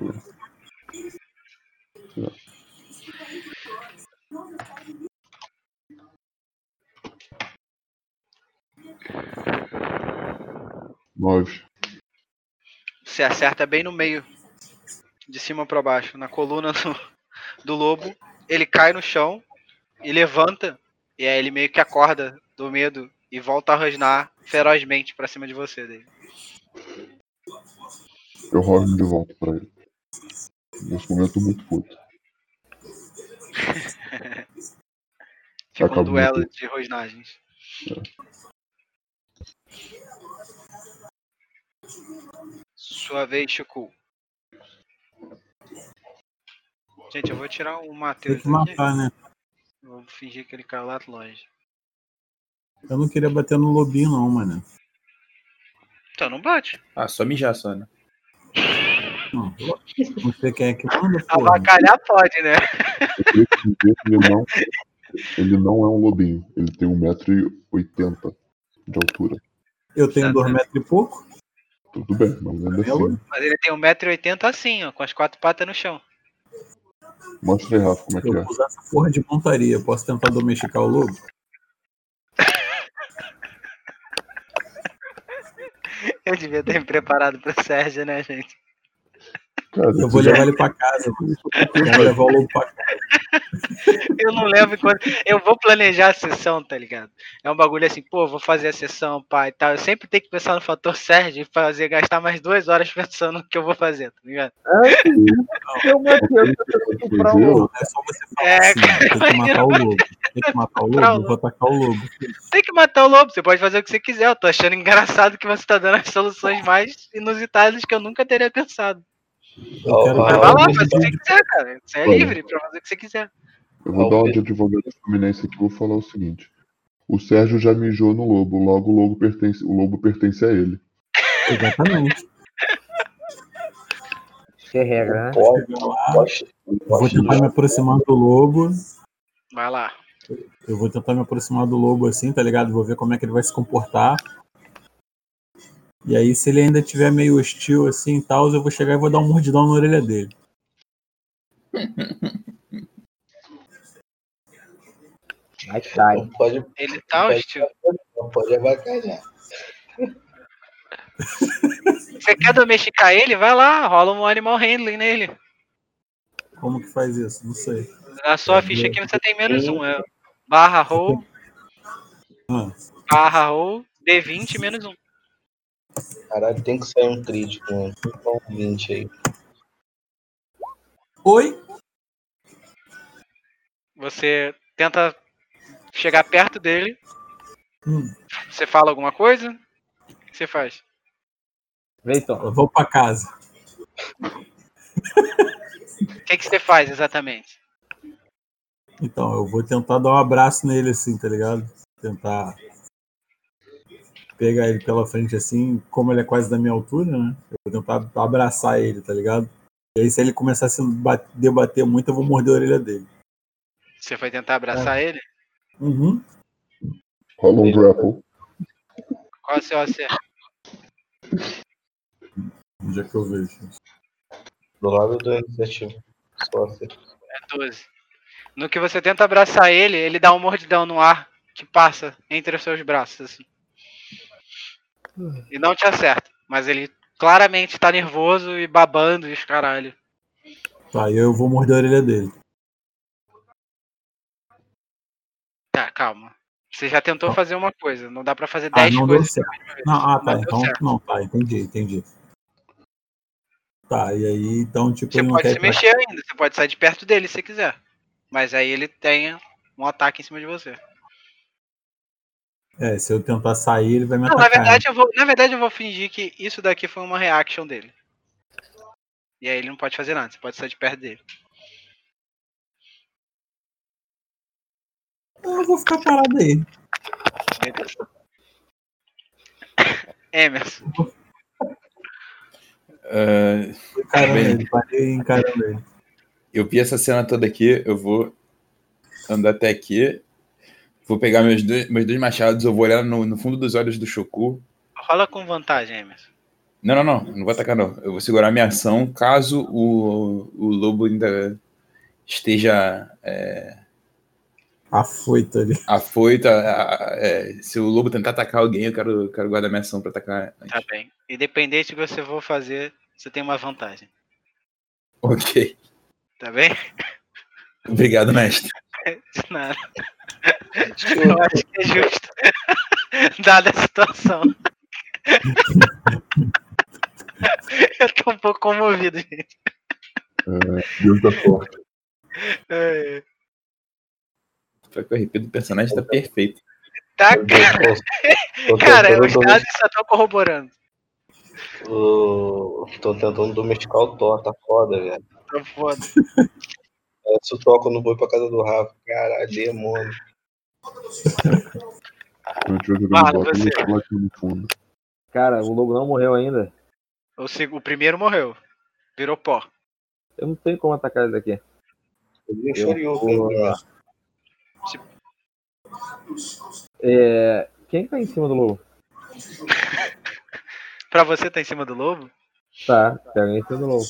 Nove. Você acerta bem no meio. De cima pra baixo. Na coluna do lobo. Ele cai no chão. E levanta. E aí ele meio que acorda do medo. E volta a rosnar ferozmente pra cima de você. Dele. Eu rosno de volta pra ele. Nesse momento eu tô muito puto. Fica um Acabou duelo muito. de rosnagens. Sua vez, Chico. Gente, eu vou tirar o Tem Matheus que daqui. matar, né? Vou fingir que ele caiu lá longe. Eu não queria bater no lobinho, não, mano. Então não bate. Ah, só mijar só, né? Não, não sei quem é que manda, porra. Avacalhar pode, né? Eu queria dizer que ele não é um lobinho. Ele tem 1,80 m de altura. Eu tenho 2 metros e pouco. Tudo bem, mas ainda assim. Mas ele tem 1,80 m assim, ó, com as 4 patas no chão. Mostra aí, Rafa, como é que Eu é. vou usar essa porra de montaria. Posso tentar domesticar o lobo? Eu devia ter me preparado pro Sérgio, né, gente? Cara, Eu vou levar ele pra casa, mano. Eu vou levar o lobo pra casa. Eu não lembro quando. Eu vou planejar a sessão, tá ligado? É um bagulho assim, pô, vou fazer a sessão, pai e tal. Eu sempre tenho que pensar no fator Sérgio e fazer, gastar mais 2 horas pensando no que eu vou fazer, tá ligado? Eu matei, eu tô comprar um lobo. É só você falar assim, tem que matar o lobo. Tem que matar o lobo, eu vou atacar o lobo. Tem que matar o lobo, você pode fazer o que você quiser. Eu tô achando engraçado que você tá dando as soluções mais inusitadas que eu nunca teria pensado. Eu quero Mas pegar vai o lá, lobo faz o que você de- quiser, cara. Você é Olha. livre pra fazer o que você quiser. Eu vou dar uma de advogado fluminense aqui e vou falar o seguinte. O Sérgio já mijou no lobo, logo o lobo pertence a ele. Exatamente. Que é regra, né? Eu vou tentar me aproximar do lobo. Vai lá. Eu vou tentar me aproximar do lobo assim, tá ligado? Vou ver como é que ele vai se comportar. E aí, se ele ainda tiver meio hostil assim e tal, eu vou chegar e vou dar um mordidão na orelha dele. Aí sai. Não pode, Ele tá hostil. não pode abacalhar. Você quer domesticar ele? Vai lá, rola um animal handling nele. Como que faz isso? Não sei. Na sua ficha aqui você tem -1. É barra roll, Ah, D20 -1. Caralho, tem que sair um crítico, mano. Tem que dar um 20 aí. Oi? Você tenta chegar perto dele. Hum. Você fala alguma coisa? O que você faz? Veiton. Eu vou pra casa. O que você faz exatamente? Então, eu vou tentar dar um abraço nele assim, tá ligado? Tentar pegar ele pela frente assim, como ele é quase da minha altura, né? Eu vou tentar abraçar ele, tá ligado? E aí, se ele começar a se debater muito, eu vou morder a orelha dele. Você foi tentar abraçar ele? Uhum. Rola um grapple. Qual é o seu acerto? Onde é que eu vejo? Do lado da iniciativa. Só assim. É 12. No que você tenta abraçar ele, ele dá um mordidão no ar que passa entre os seus braços, assim. E não te acerta. Mas ele claramente tá nervoso e babando e os caralho. Tá, e eu vou morder a orelha dele. Tá, calma. Você já tentou fazer uma coisa, não dá pra fazer Ah, 10 não deu coisas. certo. Não, tá, Não deu então. certo. Não, tá, entendi. Tá, e aí, então, tipo, Você ele não pode quer se ir pra mexer ainda, você pode sair de perto dele se quiser. Mas aí ele tem um ataque em cima de você. É, se eu tentar sair, ele vai me Não, na atacar. verdade eu vou fingir que isso daqui foi uma reaction dele. E aí ele não pode fazer nada, você pode sair de perto dele. Eu vou ficar parado aí. Beleza. Emerson, Parei encarando ele. Eu vi essa cena toda aqui, eu vou andar até aqui, vou pegar meus dois machados, eu vou olhar no fundo dos olhos do Shoku. rola com vantagem, Emerson. Não vou atacar não. Eu vou segurar minha ação caso o lobo ainda esteja Afoito ali. afoito. Se o lobo tentar atacar alguém, eu quero guardar minha ação pra atacar antes. Tá bem. Independente do que você for fazer, você tem uma vantagem. Ok. Tá bem? Obrigado, mestre. De nada. Eu acho que é justo. Dada a situação. Eu tô um pouco comovido, gente. Deus da sorte. É. Só que o RP do personagem tá perfeito. Tá, cara. Cara, os dados só estão corroborando. Tô tentando domesticar o Thor, tá foda, velho. Tá foda. Se eu toco no boi pra casa do Rafa, caralho, demônio. Quando eu tiver jogando Fala, bola, eu você. vou aqui no fundo. Cara, o lobo não morreu ainda. O primeiro morreu. Virou pó. Eu não tenho como atacar ele daqui. Eu Shoryuken primeiro. Quem tá em cima do lobo? Pra você tá em cima do lobo? Tá, pega em cima do lobo.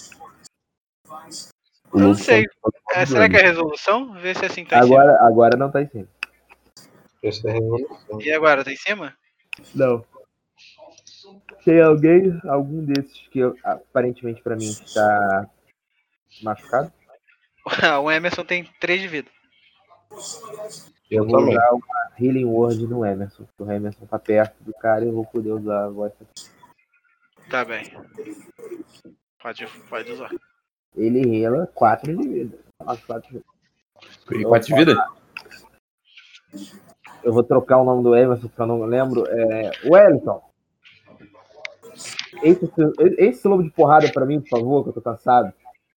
O Eu não lobo sei. tá Será que é resolução? Vê se assim tá em cima. Agora não tá em cima. Essa é a revolução. E agora, tá em cima? Não. Tem algum desses que aparentemente pra mim está machucado? O Emerson tem 3 de vida. Eu vou também. usar uma Healing Word no Emerson. O Emerson tá perto do cara e eu vou poder usar a voz. Tá bem. Pode usar. Ele heala 4 de vida. 4 de vida. Peguei 4 de vida? Eu vou trocar o nome do Emerson, porque eu não lembro. Wellington. Esse lobo de porrada pra mim, por favor, que eu tô cansado.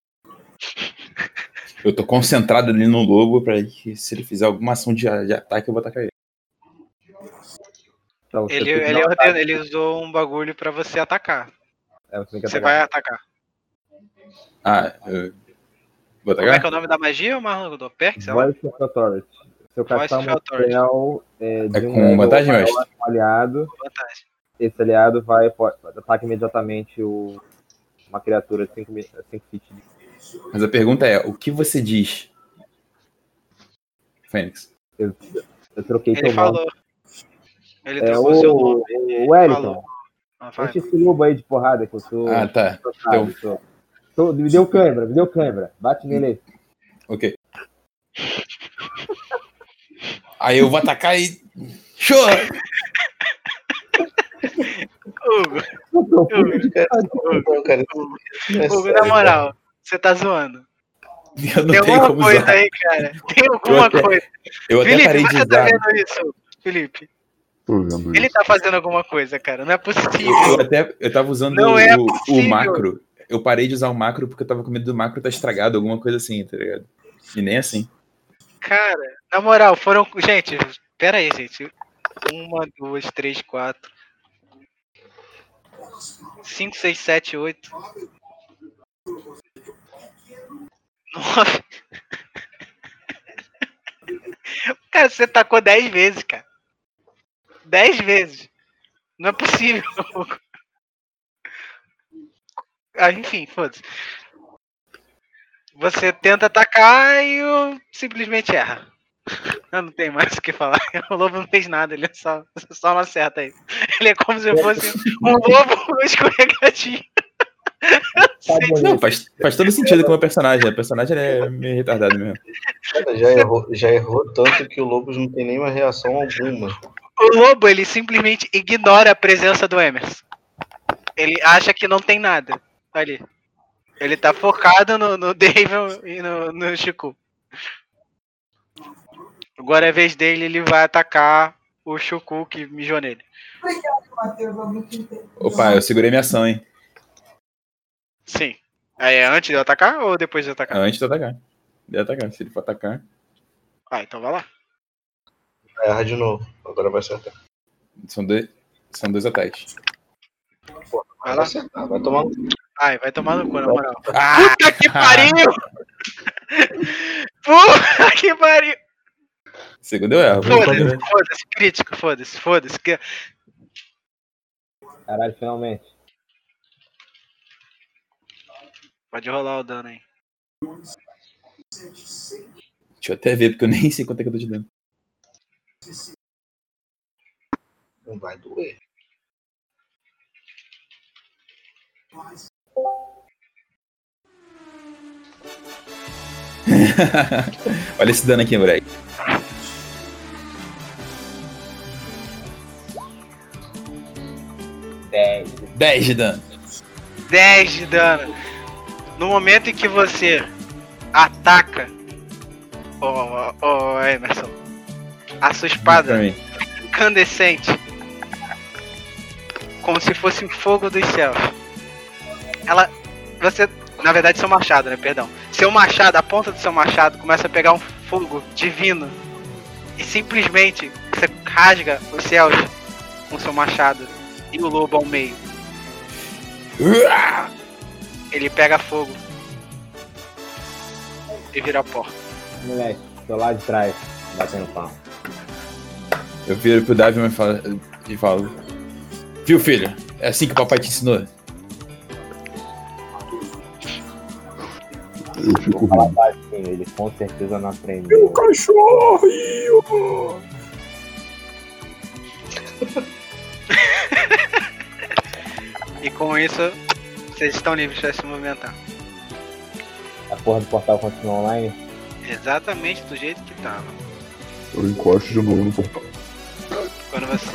Eu tô concentrado ali no lobo pra que se ele fizer alguma ação de ataque, eu vou atacar ele. Então, você Ele usou um bagulho pra você atacar. você tem que Você atacar. vai atacar. Eu vou Como é que é atacar? o nome da magia, Marlon? Do Perk, sei lá? Voice of Authority. Se eu Voice castar of um Authority. spell de É um com level vantagem, maior mestre? que um aliado, Vantagem. esse aliado pode atacar imediatamente uma criatura de 5 feet. Mas a pergunta é, o que você diz, Fênix? Eu troquei Ele teu nome. falou. Ele trocou seu nome. O Wellington, Vai. enche esse lobo aí de porrada que eu tô... Ah, tá. Me deu câimbra. Bate nele aí. Ok. Aí eu vou atacar e... Show! Hugo, na moral, você tá zoando. Eu não Tem tenho alguma como coisa usar. aí, cara. Tem alguma coisa. Eu até Felipe, parei de você tá usar. vendo isso, Felipe? Tô vendo Ele isso. tá fazendo alguma coisa, cara. Não é possível. Eu tava usando Não é o possível. macro. Eu parei de usar o macro porque eu tava com medo do macro tá estragado, alguma coisa assim, tá ligado? E nem assim. Cara, na moral, foram. Gente, pera aí, gente. 1, 2, 3, 4. 5, 6, 7, 8. 9. Cara, você tacou 10 vezes, cara. 10 vezes. Não é possível. Enfim, foda-se. Você tenta atacar e simplesmente erra. Eu não tenho mais o que falar. O lobo não fez nada, ele só não acerta aí. Ele é como se fosse um lobo escorregadinho. Não, faz todo sentido com o meu personagem. O personagem é meio retardado mesmo. Cara, já errou tanto que o Lobos não tem nenhuma reação alguma. O lobo, ele simplesmente ignora a presença do Emerson. Ele acha que não tem nada ali. Ele tá focado no David e no Chico. Agora é a vez dele, ele vai atacar o Chuku que mijou nele. Opa, eu segurei minha ação, hein? Sim. Aí é antes de eu atacar ou depois de eu atacar? Antes de atacar. De atacar. Se ele for atacar. Então vai lá. Erra de novo. Agora vai acertar. São dois ataques. Vai lá. Acertar. Vai tomar. Vai tomar no cu, na moral. Ah! Puta que pariu! Puta que pariu! Segundo eu erro. Foda-se, crítico, foda-se. Caralho, finalmente. Pode rolar o dano aí. Deixa eu até ver, porque eu nem sei quanto é que eu tô te dando. Não vai doer. Olha esse dano aqui, moleque. Dez. 10 de dano. 10 de dano. No momento em que você ataca, Emerson, a sua espada Pra mim. incandescente, como se fosse um fogo dos céus. Na verdade, seu machado, né? Perdão. Seu machado, a ponta do seu machado começa a pegar um fogo divino e simplesmente você rasga os céus com seu machado e o lobo ao meio. Ele pega fogo e vira pó. Moleque, tô lá de trás, batendo palma. Eu viro pro Davi e falo: Viu, filho? É assim que o papai te ensinou? Eu fico Fala rindo. baixinho, ele com certeza não aprendeu. Cachorro! E com isso, vocês estão livres para se movimentar. porra do portal continua online? Exatamente do jeito que tava. Eu encosto de novo no portal. Quando você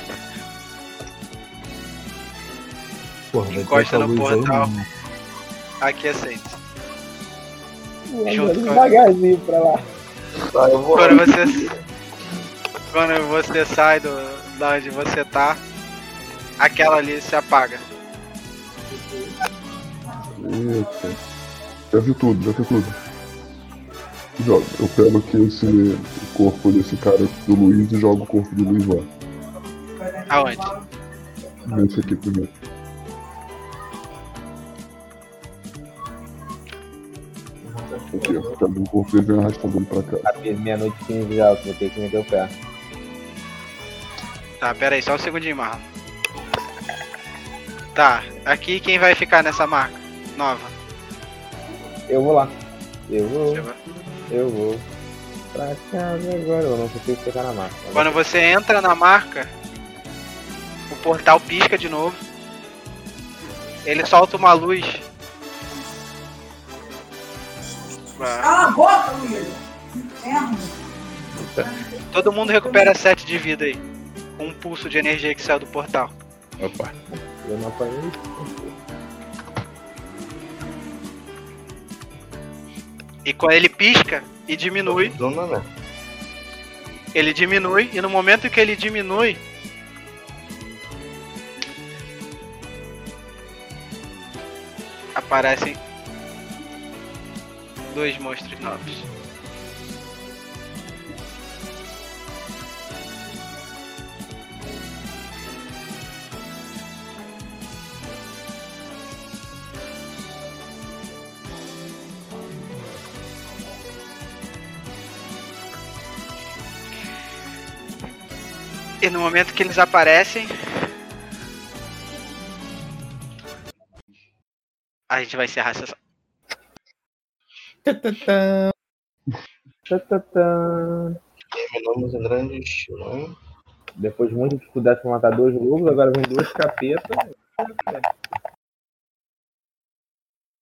Porra, vai ter encosta essa no luz aí, portal. mano. Aqui aceita. Andando Junto com- devagarzinho pra lá. Tá, eu vou. Quando você sai da onde você tá, aquela ali se apaga. Eita. Já vi tudo, já vi tudo. Joga. Eu pego aqui o corpo desse cara do Luiz e jogo o corpo do Luiz lá. Aonde? Nesse aqui primeiro. Aqui, ó. Pego o corpo dele e venho arrastando ele pra cá. Rapaz, meia-noite 15 já, eu vou ter que meter o pé. Tá, pera aí, só um segundinho, Marlon. Tá, aqui quem vai ficar nessa marca? Nova. Eu vou lá. Eu vou. Você vai- Eu vou. Pra casa agora, eu não consigo ficar na marca. Quando você entra na marca, o portal pisca de novo. Ele solta uma luz. Cala a boca, Luiz! Inferno! Todo mundo recupera 7 de vida aí. Com um pulso de energia que saiu do portal. Opa. Eu não apanhei. E quando ele pisca e diminui, Dona, né? ele diminui. E no momento que ele diminui, aparecem 2 monstros novos. E no momento que eles aparecem, a gente vai encerrar a sessão. Tatatã. Terminamos em grande estilo, hein? Depois de muita dificuldade pra matar 2 lobos, agora vem 2 capetas.